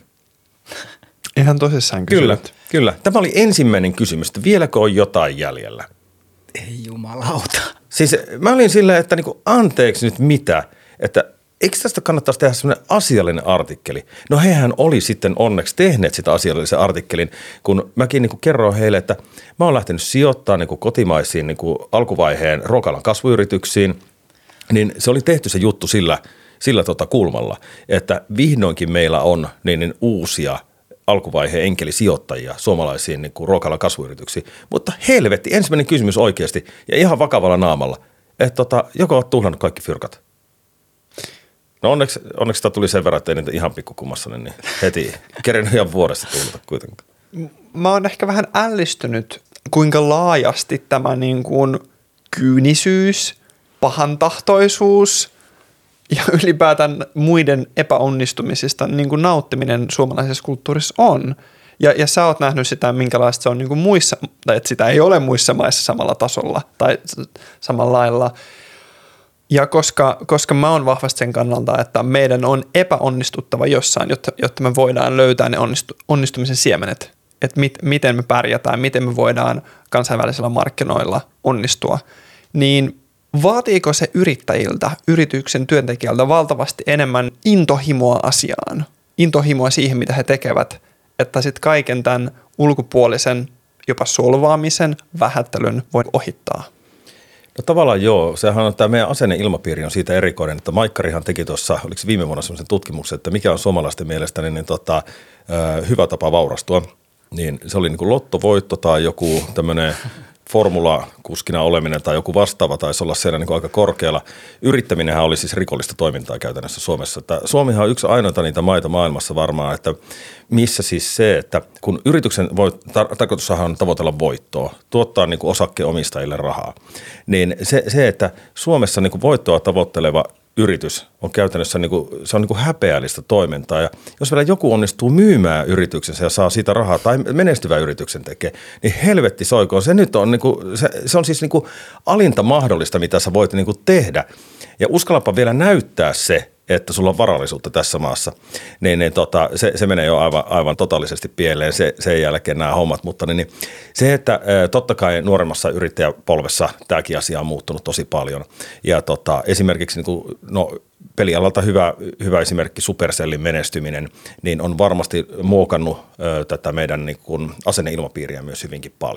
Ihan tosissaan kysynyt. Kyllä, kyllä. Tämä oli ensimmäinen kysymys, että vieläkö on jotain jäljellä? Ei jumalauta. Siis mä olin silleen, että niin kuin, anteeksi nyt mitä, että eikö tästä kannattaisi tehdä sellainen asiallinen artikkeli? No hehän oli sitten onneksi tehneet sitä asiallisen artikkelin, kun mäkin niin kuin kerroin heille, että mä oon lähtenyt sijoittamaan niin kuin kotimaisiin niin kuin alkuvaiheen ruokalan kasvuyrityksiin, niin se oli tehty se juttu sillä, sillä tota kulmalla, että vihdoinkin meillä on niin, niin uusia alkuvaiheen enkelisijoittajia suomalaisiin niin kuin ruokalan kasvuyrityksiin. Mutta helvetti, ensimmäinen kysymys oikeasti ja ihan vakavalla naamalla, että tota, joko oot tuhlannut kaikki fyrkat? No onneksi, onneksi sitä tuli sen verran, että ei niitä ihan pikkukummassa, niin heti kerennyt ihan vuodessa tullata kuitenkaan. Mä oon ehkä vähän ällistynyt, kuinka laajasti tämä niin kuin kyynisyys, pahantahtoisuus ja ylipäätään muiden epäonnistumisista niin kuin nauttiminen suomalaisessa kulttuurissa on. Ja, ja sä oot nähnyt sitä, minkälaista se on niin kuin muissa, tai että sitä ei ole muissa maissa samalla tasolla tai samalla lailla. Ja koska, koska mä oon vahvasti sen kannalta, että meidän on epäonnistuttava jossain, jotta, jotta me voidaan löytää ne onnistu, onnistumisen siemenet. Että mit, miten me pärjätään, miten me voidaan kansainvälisillä markkinoilla onnistua. Niin vaatiiko se yrittäjiltä, yrityksen työntekijältä valtavasti enemmän intohimoa asiaan? Intohimoa siihen, mitä he tekevät, että sitten kaiken tämän ulkopuolisen, jopa solvaamisen, vähättelyn voi ohittaa. No tavallaan joo. Sehän on tämä meidän asenneilmapiiri on siitä erikoinen, että Maikkarihan teki tuossa, oliko se viime vuonna sellaisen tutkimuksen, että mikä on suomalaisten mielestä niin, niin, tota, hyvä tapa vaurastua. Niin se oli niin kuin lottovoitto tai joku tämmöinen formulakuskina oleminen tai joku vastaava taisi olla siellä niin kuin aika korkealla. Yrittäminenhän oli siis rikollista toimintaa käytännössä Suomessa. Että Suomihan on yksi ainoita niitä maita maailmassa varmaan, että missä siis se, että kun yrityksen voi, tar- tarkoitussahan on tavoitella voittoa, tuottaa niin kuin osakkeenomistajille rahaa, niin se, se että Suomessa niin kuin voittoa tavoitteleva yritys on käytännössä niin kuin, se on niin kuin häpeällistä toimintaa ja jos vielä joku onnistuu myymään yrityksensä ja saa siitä rahaa tai menestyvä yrityksen tekee, niin helvetti soikoon. Se nyt on, niin kuin, se, se on siis niin kuin alinta mahdollista, mitä sä voit niin kuin tehdä ja uskallapa vielä näyttää se, että sulla on varallisuutta tässä maassa, niin, niin tota, se, se menee jo aivan, aivan totaalisesti pieleen se, sen jälkeen nämä hommat, mutta niin, niin, se, että ä, totta kai nuoremmassa yrittäjäpolvessa tämäkin asia on muuttunut tosi paljon ja tota, esimerkiksi niin kuin, no, pelialalta hyvä, hyvä esimerkki Supercellin menestyminen, niin on varmasti muokannut ä, tätä meidän niin kuin asenneilmapiiriä myös hyvinkin paljon.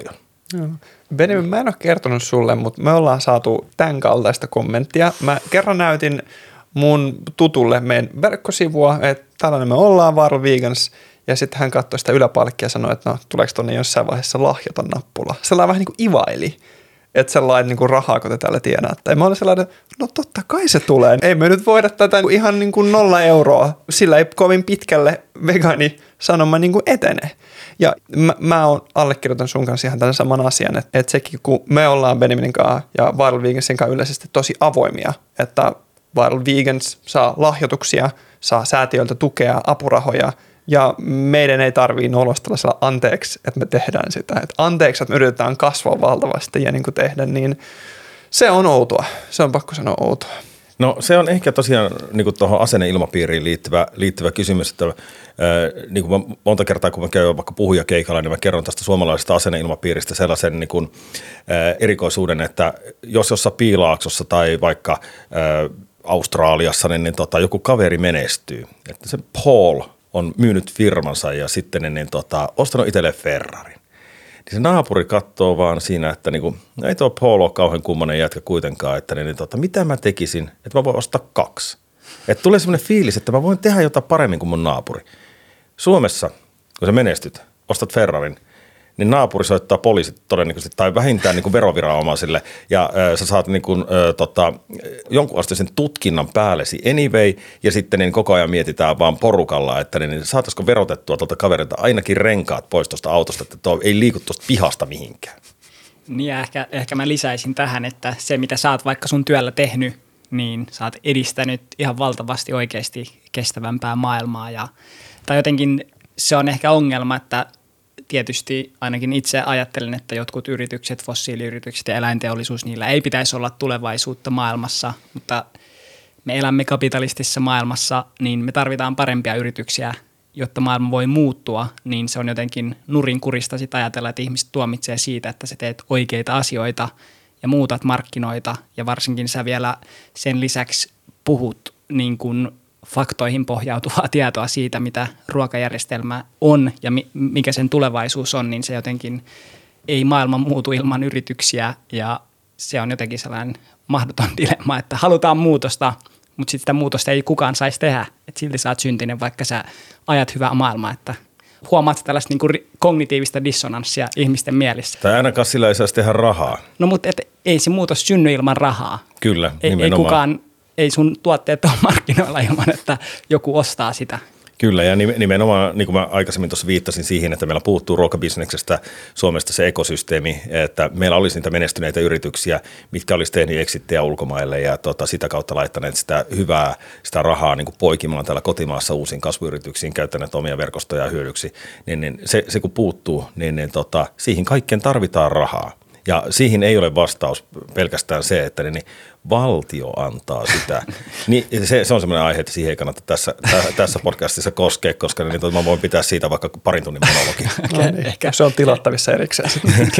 Benjamin, mä en ole kertonut sulle, mutta me ollaan saatu tämän kaltaista kommenttia. Mä kerran näytin mun tutulle meidän verkkosivua, että tällainen me ollaan, Viral Vegans, ja sitten hän katsoi sitä yläpalkkia ja sanoi, että no tuleeko tuonne jossain vaiheessa lahjaton nappula. Sellainen vähän niin kuin ivaili, että sellainen niin kuin rahaa, kun te täällä tienaatte. Ja mä olin sellainen, no totta kai se tulee. Ei me nyt voida tätä ihan niin kuin nolla euroa, sillä ei kovin pitkälle vegaani sanoma niin kuin etene. Ja mä, mä oon allekirjoitan sun kanssa ihan tämän saman asian, että, että sekin kun me ollaan Benjaminin kanssa ja Viral Vegansin kanssa yleisesti tosi avoimia, että Viral Vegans saa lahjoituksia, saa säätiöiltä tukea, apurahoja ja meidän ei tarvii nolostella sillä anteeksi, että me tehdään sitä. Että anteeksi, että me yritetään kasvaa valtavasti ja niin kuin tehdä, niin se on outoa. Se on pakko sanoa outoa. No se on ehkä tosiaan niin tuohon asenneilmapiiriin liittyvä, liittyvä kysymys, että ää, niin kuin mä, monta kertaa kun mä käyn vaikka puhujakeikalla, niin mä kerron tästä suomalaisesta asenneilmapiiristä sellaisen niin kuin, ää, erikoisuuden, että jos jossain Piilaaksossa tai vaikka ää, Australiassa, niin, niin tota, joku kaveri menestyy, että se Paul on myynyt firmansa ja sitten niin, niin, tota, ostanut itselle Ferrarin. Niin se naapuri katsoo vaan siinä, että niinku, ei tuo Paul ole kauhean kummonen jätkä kuitenkaan, että niin, tota, mitä mä tekisin, että mä voin ostaa kaksi. Että tulee semmoinen fiilis, että mä voin tehdä jotain paremmin kuin mun naapuri. Suomessa, kun sä menestyt, ostat Ferrarin, niin naapuri soittaa poliisit todennäköisesti tai vähintään niin kuin veroviranomaisille ja ö, sä saat niin kuin, ö, tota, jonkun asteisen tutkinnan päällesi anyway ja sitten niin koko ajan mietitään vaan porukalla, että niin, saataisiko verotettua tuolta kaverilta ainakin renkaat pois tuosta autosta, että tuo ei liiku tuosta pihasta mihinkään. Niin ja ehkä, ehkä mä lisäisin tähän, että se mitä sä oot vaikka sun työllä tehnyt, niin sä oot edistänyt ihan valtavasti oikeasti kestävämpää maailmaa ja tai jotenkin se on ehkä ongelma, että tietysti ainakin itse ajattelen, että jotkut yritykset, fossiiliyritykset ja eläinteollisuus, niillä ei pitäisi olla tulevaisuutta maailmassa, mutta me elämme kapitalistisessa maailmassa, niin me tarvitaan parempia yrityksiä, jotta maailma voi muuttua, niin se on jotenkin nurinkurista sit ajatella, että ihmiset tuomitsee siitä, että sä teet oikeita asioita ja muutat markkinoita ja varsinkin sä vielä sen lisäksi puhut niin kuin faktoihin pohjautuvaa tietoa siitä, mitä ruokajärjestelmä on ja mikä sen tulevaisuus on, niin se jotenkin ei maailma muutu ilman yrityksiä ja se on jotenkin sellainen mahdoton dilemma, että halutaan muutosta, mutta sitten sitä muutosta ei kukaan saisi tehdä, että silti sä oot syntinen, vaikka sä ajat hyvää maailmaa, että huomaat tällaista niin kuin kognitiivista dissonanssia ihmisten mielissä. Tai ainakaan sillä ei saisi tehdä rahaa. No mutta et, ei se muutos synny ilman rahaa. Kyllä, ei, nimenomaan. Ei kukaan Ei sun tuotteet ole markkinoilla ilman, että joku ostaa sitä. Kyllä, ja nimenomaan, niin kuin mä aikaisemmin tuossa viittasin siihen, että meillä puuttuu ruokabisneksestä Suomesta se ekosysteemi, että meillä olisi niitä menestyneitä yrityksiä, mitkä olisi tehnyt exittejä ulkomaille ja tota, sitä kautta laittaneet sitä hyvää, sitä rahaa niin kuin poikimaan täällä kotimaassa uusiin kasvuyrityksiin, käyttäneet omia verkostoja hyödyksi, niin, niin se, se kun puuttuu, niin, niin tota, siihen kaikkeen tarvitaan rahaa. Ja siihen ei ole vastaus pelkästään se, että niin valtio antaa sitä. Niin se, se on semmoinen aihe, että siihen ei kannata tässä, tä, tässä podcastissa koskea, koska niin, mä voin pitää siitä vaikka parin tunnin monologia. No niin, ehkä se on tilattavissa erikseen.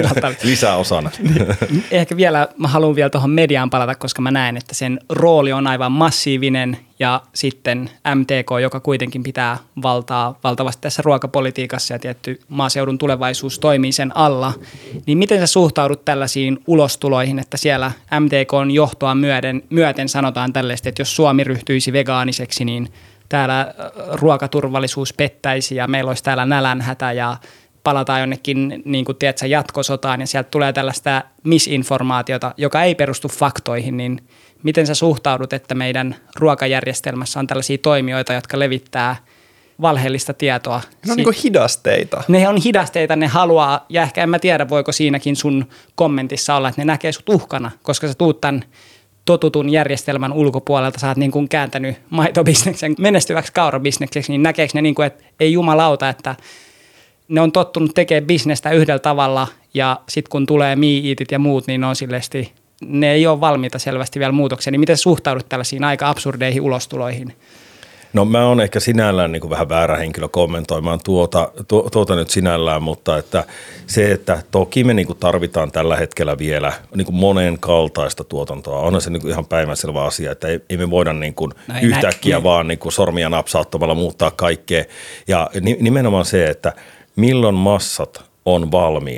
Lisää osana. Niin, ehkä vielä, mä haluan vielä tuohon mediaan palata, koska mä näen, että sen rooli on aivan massiivinen ja sitten M T K, joka kuitenkin pitää valtaa valtavasti tässä ruokapolitiikassa ja tietty maaseudun tulevaisuus toimii sen alla, niin miten sä suhtaudut tällaisiin ulostuloihin, että siellä M T K:n johtoa myöten, myöten sanotaan tällaista, että jos Suomi ryhtyisi vegaaniseksi, niin täällä ruokaturvallisuus pettäisi ja meillä olisi täällä nälänhätä ja palataan jonnekin niin kuin tiedätkö, jatkosotaan ja sieltä tulee tällaista misinformaatiota, joka ei perustu faktoihin, niin miten sä suhtaudut, että meidän ruokajärjestelmässä on tällaisia toimijoita, jotka levittää valheellista tietoa? Ne on niin kuin hidasteita. Ne on hidasteita, ne haluaa, ja ehkä en mä tiedä, voiko siinäkin sun kommentissa olla, että ne näkee sut uhkana, koska sä tuut tämän totutun järjestelmän ulkopuolelta, sä oot niin kuin kääntänyt maitobisneksen menestyväksi kaurabisnekseksi, niin näkeekö ne niin kuin, että ei jumalauta, että ne on tottunut tekemään bisnestä yhdellä tavalla, ja sitten kun tulee me-eatit ja muut, niin ne on silleesti, ne ei ole valmiita selvästi vielä muutokseen. Niin miten suhtaudut tällaisiin aika absurdeihin ulostuloihin? No mä oon ehkä sinällään niin kuin vähän väärä henkilö kommentoimaan tuota, tu, tuota nyt sinällään, mutta että se, että toki me niin kuin tarvitaan tällä hetkellä vielä niin kuin monen kaltaista tuotantoa. Onhan se niin kuin ihan päivänselvä asia, että ei, ei me voida niin kuin no yhtäkkiä näin. vaan niin kuin sormia napsauttamalla muuttaa kaikkea. Ja nimenomaan se, että milloin massat on valmiina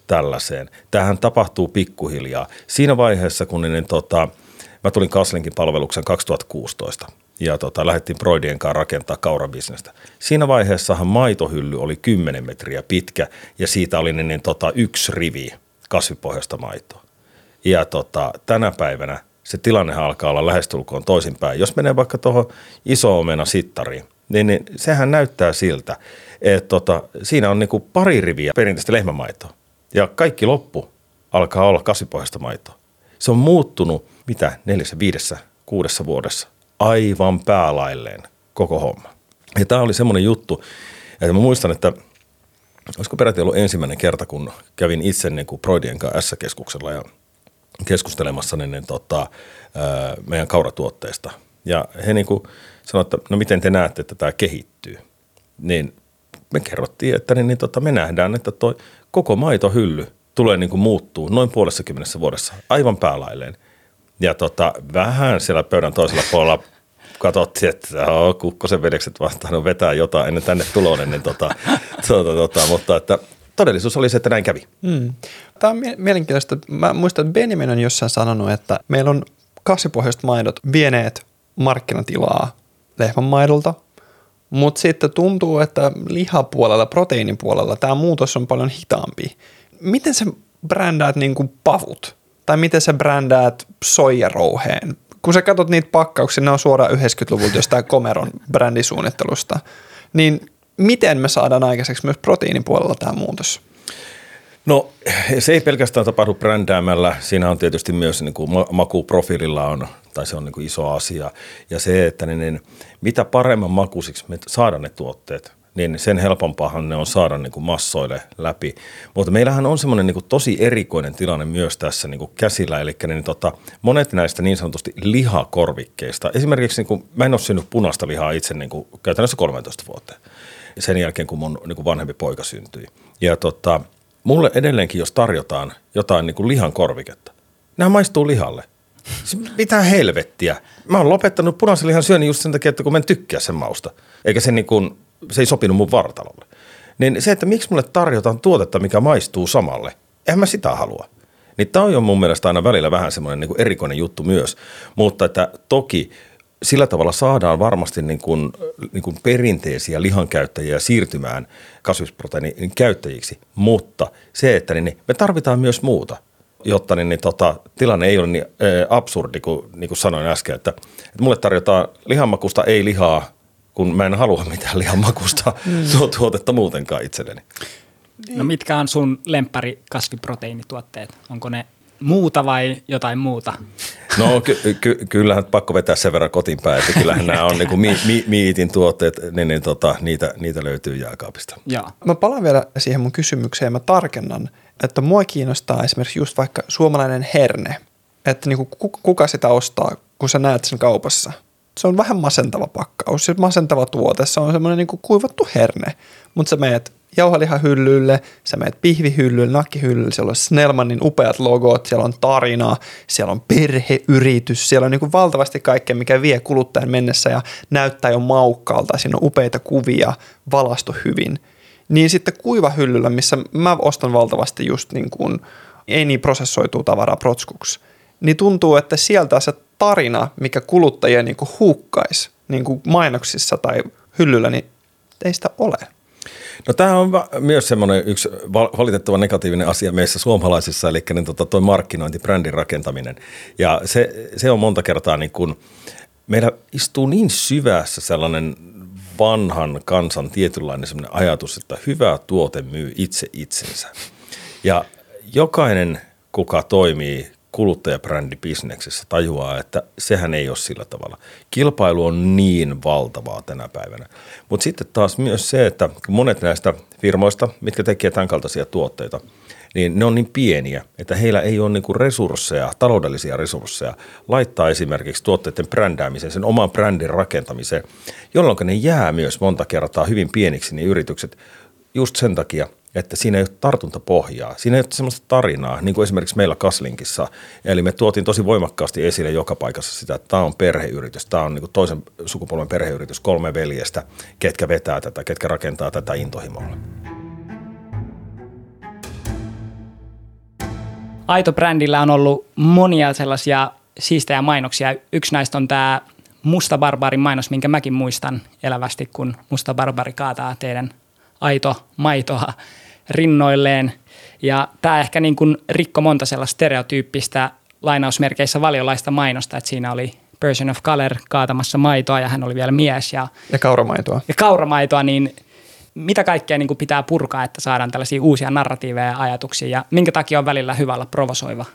tällaiseen. Tämähän tapahtuu pikkuhiljaa. Siinä vaiheessa, kun niin, tota, mä tulin Kaslinkin palveluksen kaksituhattakuusitoista ja tota, lähdettiin Broidien kanssa rakentaa kaurabisnestä. Siinä vaiheessahan maitohylly oli kymmenen metriä pitkä ja siitä oli niin, niin, tota, yksi rivi kasvipohjaista maitoa. Ja tota, tänä päivänä se tilanne alkaa olla lähestulkoon toisinpäin. Jos menee vaikka tuohon iso-omena sittariin, niin, niin sehän näyttää siltä, että tota, siinä on niinku pari riviä perinteistä lehmämaitoa. Ja kaikki loppu alkaa olla kasvipohjaista maitoa. Se on muuttunut, mitä, neljässä, viidessä, kuudessa vuodessa. Aivan päälailleen koko homma. Ja tämä oli semmoinen juttu, että mä muistan, että olisiko peräti ollut ensimmäinen kerta, kun kävin itse niin kuin Broidien kanssa S-keskuksella ja keskustelemassa niin, niin, tota, meidän kauratuotteista. Ja he niin kuin sanoivat, että no miten te näette, että tämä kehittyy. Niin me kerrottiin, että niin, niin, tota, me nähdään, että toi koko maitohylly tulee niin kuin muuttuu noin puolessa kymmenessä vuodessa aivan päälailleen. Ja tota, vähän siellä pöydän toisella puolella katsottiin, että oh, Kukkosen veljekset vaan vetää jotain ennen tänne tuloon, niin tota, tota, tota, mutta että todellisuus oli se, että näin kävi. Mm. Tämä on mielenkiintoista. Mä muistan, että Benjamin on jossain sanonut, että meillä on kasvipohjaiset maidot vieneet markkinatilaa lehmänmaidolta, mutta sitten tuntuu, että lihapuolella, proteiinipuolella tämä muutos on paljon hitaampi. Miten sä brändäät niin kuin pavut? Tai miten sä brändäät soijarouheen? Kun sä katsot niitä pakkauksia, ne on suoraan yhdeksänkymmentäluvulta jostain Comeron brändisuunnittelusta, niin miten me saadaan aikaiseksi myös proteiinipuolella tämä muutos? No se ei pelkästään tapahdu brändäämällä, siinä on tietysti myös niin kuin makuprofiililla on, tai se on niin kuin iso asia, ja se, että niin, niin, mitä paremman makuisiksi me saadaan ne tuotteet, niin sen helpompaahan ne on saada niin kuin massoille läpi. Mutta meillähän on semmoinen niin kuin tosi erikoinen tilanne myös tässä niin kuin käsillä, eli niin, tota, monet näistä niin sanotusti lihakorvikkeista, esimerkiksi niin kuin, mä en ole syönyt punaista lihaa itse niin kuin, käytännössä kolmetoista vuotta, sen jälkeen kun mun niin kuin vanhempi poika syntyi. Ja tota, mulle edelleenkin, jos tarjotaan jotain niin kuin lihan korviketta, nämä maistuu lihalle. Mitä helvettiä? Mä oon lopettanut punaisen lihan syönnin just sen takia, että kun mä en tykkää sen mausta, eikä se niin kuin, se ei sopinut mun vartalolle. Niin se, että miksi mulle tarjotaan tuotetta, mikä maistuu samalle, eihän mä sitä halua. Niin tää on jo mun mielestä aina välillä vähän semmoinen niin kuin erikoinen juttu myös, mutta että toki sillä tavalla saadaan varmasti niin kuin, niin kuin perinteisiä lihankäyttäjiä siirtymään kasvisproteiinin käyttäjiksi, mutta se, että niin me tarvitaan myös muuta, jotta niin, niin, tota, tilanne ei ole niin ä, absurdi kuin, niin kuin sanoin äsken, että, että mulle tarjotaan lihanmakusta ei lihaa, kun mä en halua mitään lihanmakusta mm. tuotetta muutenkaan itselleni. No mitkä on sun lemppari kasviproteiinituotteet? Onko ne muuta vai jotain muuta? No ky- ky- kyllähän pakko vetää sen verran kotiin päin, että kyllähän nämä on niinku mi- mi- miitin tuotteet, niin, niin tota, niitä, niitä löytyy jääkaapista. Joo. Mä palaan vielä siihen mun kysymykseen ja mä tarkennan, että mua kiinnostaa esimerkiksi just vaikka suomalainen herne, että niinku kuka sitä ostaa, kun sä näet sen kaupassa. Se on vähän masentava pakkaus, se masentava tuote, se on semmoinen niinku kuivattu herne, mutta sä meet jauhalihahyllylle, sä meet pihvihyllylle, nakkihyllylle, siellä on Snellmanin upeat logot, siellä on tarina, siellä on perheyritys, siellä on niin kuin valtavasti kaikkea, mikä vie kuluttajan mennessä ja näyttää jo maukkaalta, siinä on upeita kuvia, valastu hyvin. Niin sitten kuivahyllyllä, missä mä ostan valtavasti just niin kuin ei niin prosessoituu tavaraa protskuksi, niin tuntuu, että sieltä se tarina, mikä kuluttajia niin kuin huukkaisi niin kuin mainoksissa tai hyllyllä, niin ei sitä ole. No tämä on myös semmoinen yksi valitettava negatiivinen asia meissä suomalaisissa, eli niin tota, tuo markkinointi, brändin rakentaminen. Ja se, se on monta kertaa niin kuin, meillä istuu niin syvässä sellainen vanhan kansan tietynlainen semmoinen ajatus, että hyvä tuote myy itse itsensä. Ja jokainen, kuka toimii kuluttajabrändibisneksessä, tajuaa, että sehän ei ole sillä tavalla. Kilpailu on niin valtavaa tänä päivänä. Mutta sitten taas myös se, että monet näistä firmoista, mitkä tekee tämän kaltaisia tuotteita, niin ne on niin pieniä, että heillä ei ole niinku resursseja, taloudellisia resursseja laittaa esimerkiksi tuotteiden brändäämiseen, sen oman brändin rakentamiseen, jolloin ne jää myös monta kertaa hyvin pieniksi niin yritykset just sen takia, että siinä ei ole tartuntapohjaa, siinä ei ole sellaista tarinaa, niin kuin esimerkiksi meillä Kaslinkissa. Eli me tuotiin tosi voimakkaasti esille joka paikassa sitä, että tämä on perheyritys, tämä on niin kuin toisen sukupolven perheyritys, kolme veljestä, ketkä vetää tätä, ketkä rakentaa tätä intohimolla. Aito-brändillä on ollut monia sellaisia siistejä mainoksia. Yksi näistä on tämä Musta Barbarin mainos, minkä mäkin muistan elävästi, kun Musta Barbari kaataa teidän aito maitoa rinnoilleen. Ja tämä ehkä niin kuin rikko monta sellaista stereotyyppistä lainausmerkeissä valiolaista mainosta, että siinä oli person of color kaatamassa maitoa ja hän oli vielä mies. Ja, ja kauramaitoa. Ja kauramaitoa, niin mitä kaikkea niin kuin pitää purkaa, että saadaan tällaisia uusia narratiiveja ja ajatuksia ja minkä takia on välillä hyvä olla provosoiva?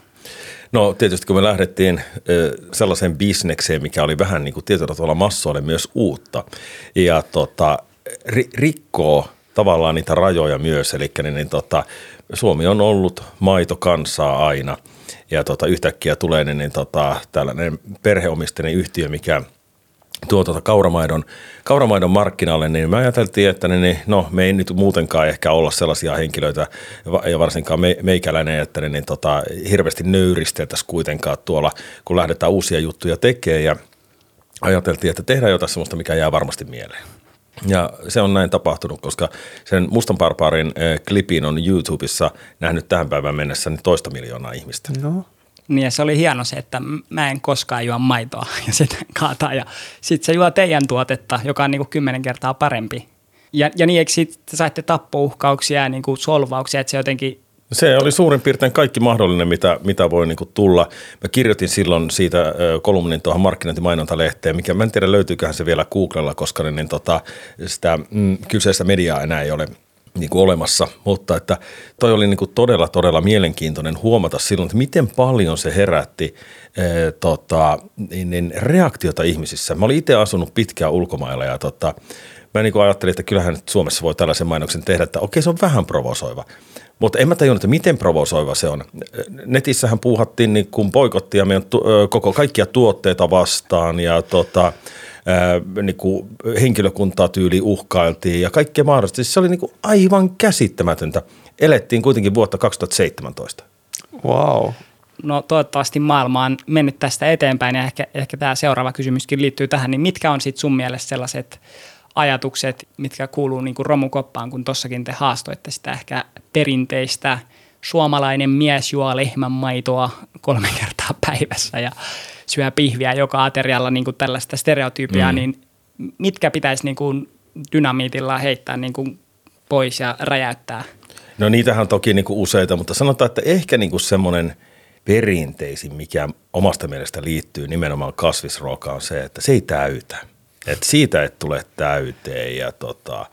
No tietysti kun me lähdettiin sellaiseen bisnekseen, mikä oli vähän niin kuin tietyllä tavalla massoille myös uutta ja tota, ri- rikkoo tavallaan niitä rajoja myös, eli niin, niin, tota, Suomi on ollut maitokansaa aina ja tota, yhtäkkiä tulee niin, niin, tota, tällainen perheomisteinen yhtiö, mikä tuo tuota kauramaidon, kauramaidon markkinalle, niin me ajateltiin, että niin, no, me ei nyt muutenkaan ehkä olla sellaisia henkilöitä, ja varsinkaan me, meikäläinen, että niin, tota, hirveästi nöyristeltäisiin kuitenkaan tuolla, kun lähdetään uusia juttuja tekemään, ja ajateltiin, että tehdään jotain sellaista, mikä jää varmasti mieleen. Ja se on näin tapahtunut, koska sen Mustan Barbarin äh, klipin on YouTubessa nähnyt tähän päivään mennessä niin toista miljoonaa ihmistä. No. Niin ja se oli hieno se, että mä en koskaan juo maitoa ja sitten kaataa ja sitten se juo teidän tuotetta, joka on niin kuin kymmenen kertaa parempi. Ja, ja niin eikö sitten saitte tappouhkauksia ja niin kuin solvauksia, että se jotenkin... Se oli suurin piirtein kaikki mahdollinen, mitä, mitä voi niin kuin tulla. Mä kirjoitin silloin siitä äh, kolumnin tuohon markkinointimainontalehteen, mikä mä en tiedä löytyyköhän se vielä Googlella, koska niin, niin, tota, sitä mm, kyseistä mediaa enää ei ole niin kuin olemassa, mutta että toi oli niin kuin todella, todella mielenkiintoinen huomata silloin, että miten paljon se herätti ää, tota, niin, niin reaktiota ihmisissä. Mä olin itse asunut pitkään ulkomailla ja tota, mä niin kuin ajattelin, että kyllähän nyt Suomessa voi tällaisen mainoksen tehdä, että okei se on vähän provosoiva. Mutta en mä tajunnut, että miten provosoiva se on. Netissähän puuhattiin niin kuin boikottia meidän tu- koko kaikkia tuotteita vastaan ja tota, ää, niin kuin henkilökuntaa tyyli uhkailtiin ja kaikkea mahdollista. Siis se oli niin kuin aivan käsittämätöntä. Elettiin kuitenkin vuotta kaksituhattaseitsemäntoista. Wow. No toivottavasti maailma on mennyt tästä eteenpäin ja ehkä, ehkä tämä seuraava kysymyskin liittyy tähän. Niin mitkä on sitten sun mielestä sellaiset ajatukset, mitkä kuuluu niin kuin romukoppaan, kun tossakin te haastoitte sitä ehkä perinteistä suomalainen mies juo lehmän maitoa kolme kertaa päivässä ja syö pihviä joka aterialla niin kuin tällaista stereotypiaa, mm. niin mitkä pitäisi niin kuin dynamiitilla heittää niin kuin pois ja räjäyttää? No niitähän on toki niin kuin useita, mutta sanotaan, että ehkä niin kuin semmoinen perinteisin, mikä omasta mielestä liittyy nimenomaan kasvisruokaan on se, että se ei täytä. Että siitä et tule täyteen ja tota, ää,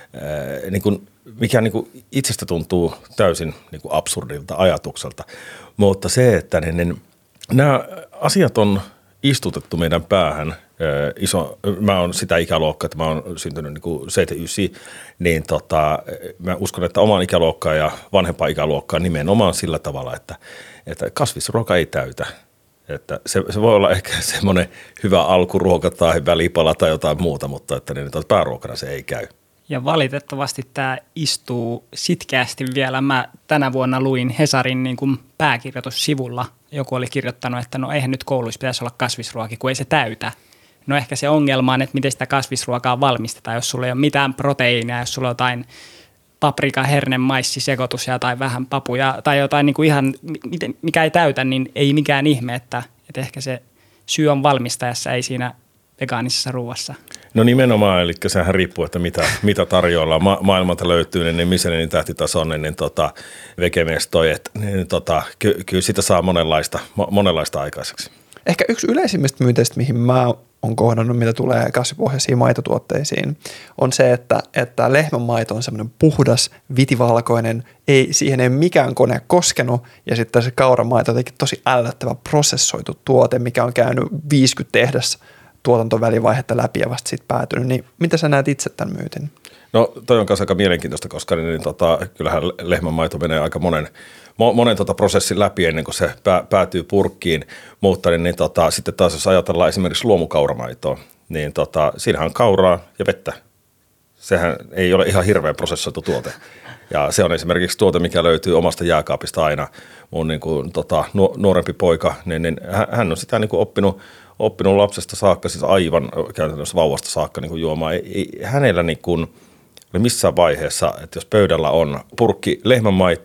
niin kun, mikä niin kun itsestä tuntuu täysin niin kun absurdilta ajatukselta, mutta se, että niin, niin, nämä asiat on istutettu meidän päähän. Ää, iso, mä oon sitä ikäluokkaa, että mä oon syntynyt niin kuin seitsemänkymmentäyhdeksän, niin tota, mä uskon, että oman ikäluokkaa ja vanhempaa ikäluokkaa nimenomaan sillä tavalla, että, että kasvisruoka ei täytä. Että se, se voi olla ehkä semmoinen hyvä alkuruoka tai välipala tai jotain muuta, mutta että niin, pääruokana se ei käy. Ja valitettavasti tämä istuu sitkeästi vielä. Mä tänä vuonna luin Hesarin niin kuin pääkirjoitussivulla. Joku oli kirjoittanut, että no eihän nyt kouluissa pitäisi olla kasvisruokia, kun ei se täytä. No ehkä se ongelma on, että miten sitä kasvisruokaa valmistetaan, jos sulla ei ole mitään proteiinia, jos sulla on jotain paprika, herne, maissi, sekoitus ja jotain vähän papuja tai jotain niin kuin ihan, mikä ei täytä, niin ei mikään ihme, että, että ehkä se syy on valmistajassa, ei siinä vegaanisessa ruuassa. No nimenomaan, eli sehän riippuu, että mitä, mitä tarjoillaan. Ma- maailmalta löytyy, niin Michelinin tähtitason, niin tota, vegemeestoi, että niin, tota, ky- kyllä sitä saa monenlaista, mo- monenlaista aikaiseksi. Ehkä yksi yleisimmistä myyteistä, mihin mä on kohdannut, mitä tulee kasvipohjaisiin maitotuotteisiin, on se, että, että lehmän maito on semmoinen puhdas, vitivalkoinen, ei, siihen ei mikään kone koskenut, ja sitten se kauramaito on jotenkin tosi ällöttävä prosessoitu tuote, mikä on käynyt viisikymmentä tehdas tuotantovälivaihetta läpi ja vasta sitten päätynyt. Niin mitä sä näet itse tämän myytin? No toi on kanssa aika mielenkiintoista, koska niin, tota, kyllähän lehmänmaito menee aika monen, monen tota prosessin läpi ennen kuin se pää, päätyy purkkiin, mutta niin, niin, tota, sitten taas jos ajatellaan esimerkiksi luomukauramaitoa, niin tota, siinähän on kauraa ja vettä. Sehän ei ole ihan hirveän prosessoitu tuote. Ja se on esimerkiksi tuote, mikä löytyy omasta jääkaapista aina. Mun niin kuin, tota, nuorempi poika, niin, niin hän on sitä niin kuin oppinut, oppinut lapsesta saakka, siis aivan käytännössä vauvasta saakka niin kuin juomaan. Ei, ei, hänellä niin kuin, missään vaiheessa, että jos pöydällä on purkki lehmänmaitoa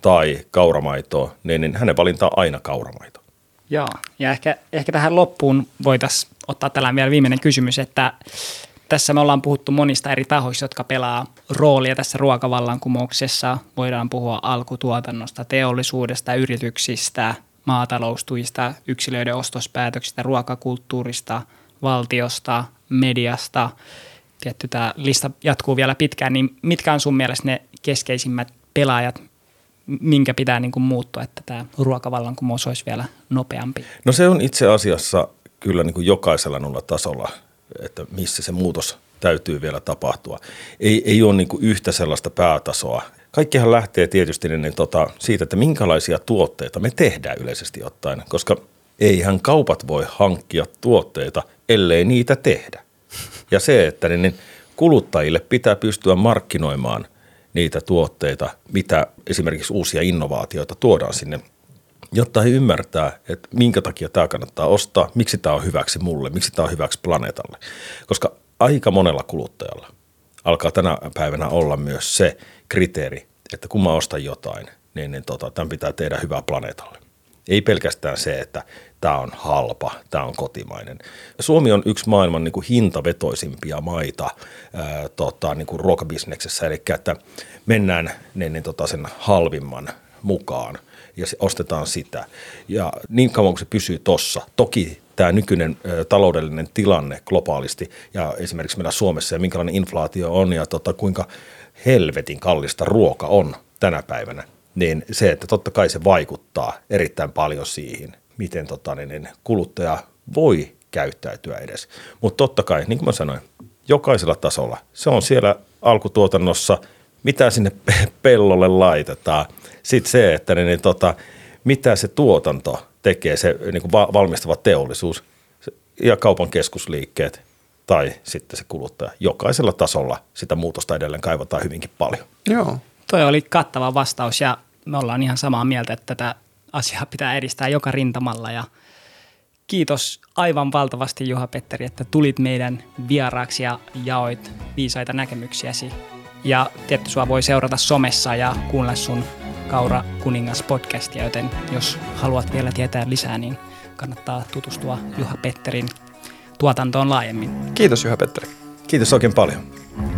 tai kauramaitoa, niin, niin hänen valinta on aina kauramaito. Joo, ja ehkä, ehkä tähän loppuun voitaisiin ottaa tällainen vielä viimeinen kysymys, että tässä me ollaan puhuttu monista eri tahoista, jotka pelaa roolia tässä ruokavallankumouksessa. Voidaan puhua alkutuotannosta, teollisuudesta, yrityksistä, maataloustuista, yksilöiden ostospäätöksistä, ruokakulttuurista, valtiosta, mediasta. Tietty tämä lista jatkuu vielä pitkään, niin mitkä on sun mielestä ne keskeisimmät pelaajat, minkä pitää niin kuin muuttua, että tämä ruokavallankumous olisi vielä nopeampi? No se on itse asiassa kyllä niin kuin jokaisella nolla tasolla, että missä se muutos täytyy vielä tapahtua. Ei, ei ole niin kuin yhtä sellaista päätasoa. Kaikkihan lähtee tietysti niin, tota, siitä, että minkälaisia tuotteita me tehdään yleisesti ottaen, koska eihän kaupat voi hankkia tuotteita, ellei niitä tehdä. Ja se, että niin, kuluttajille pitää pystyä markkinoimaan niitä tuotteita, mitä esimerkiksi uusia innovaatioita tuodaan sinne, jotta he ymmärtää, että minkä takia tämä kannattaa ostaa, miksi tämä on hyväksi mulle, miksi tämä on hyväksi planeetalle. Koska aika monella kuluttajalla alkaa tänä päivänä olla myös se kriteeri, että kun mä ostan jotain, niin, niin tota, tämän pitää tehdä hyvää planeetalle. Ei pelkästään se, että tämä on halpa, tämä on kotimainen. Suomi on yksi maailman niin kuin hintavetoisimpia maita ää, tota, niin kuin ruokabisneksessä, eli että mennään niin, niin, tota, sen halvimman mukaan ja ostetaan sitä. Ja niin kauan kuin se pysyy tossa, toki tämä nykyinen ä, taloudellinen tilanne globaalisti ja esimerkiksi meillä Suomessa ja minkälainen inflaatio on ja tota, kuinka helvetin kallista ruoka on tänä päivänä, niin se, että totta kai se vaikuttaa erittäin paljon siihen, miten tota, niin kuluttaja voi käyttäytyä edes. Mutta totta kai, niin kuin mä sanoin, jokaisella tasolla, se on siellä alkutuotannossa, mitä sinne pellolle laitetaan. Sitten se, että niin, tota, mitä se tuotanto tekee, se niin kuin valmistava teollisuus ja kaupan keskusliikkeet tai sitten se kuluttaja. Jokaisella tasolla sitä muutosta edelleen kaivataan hyvinkin paljon. Joo. Toi oli kattava vastaus ja me ollaan ihan samaa mieltä, että tätä asiaa pitää edistää joka rintamalla ja kiitos aivan valtavasti Juha-Petteri, että tulit meidän vieraaksi ja jaoit viisaita näkemyksiäsi. Ja tietty sua voi seurata somessa ja kuunnella sun Kaura Kuningas podcastia, joten jos haluat vielä tietää lisää, niin kannattaa tutustua Juha-Petterin tuotantoon laajemmin. Kiitos Juha-Petteri. Kiitos oikein paljon.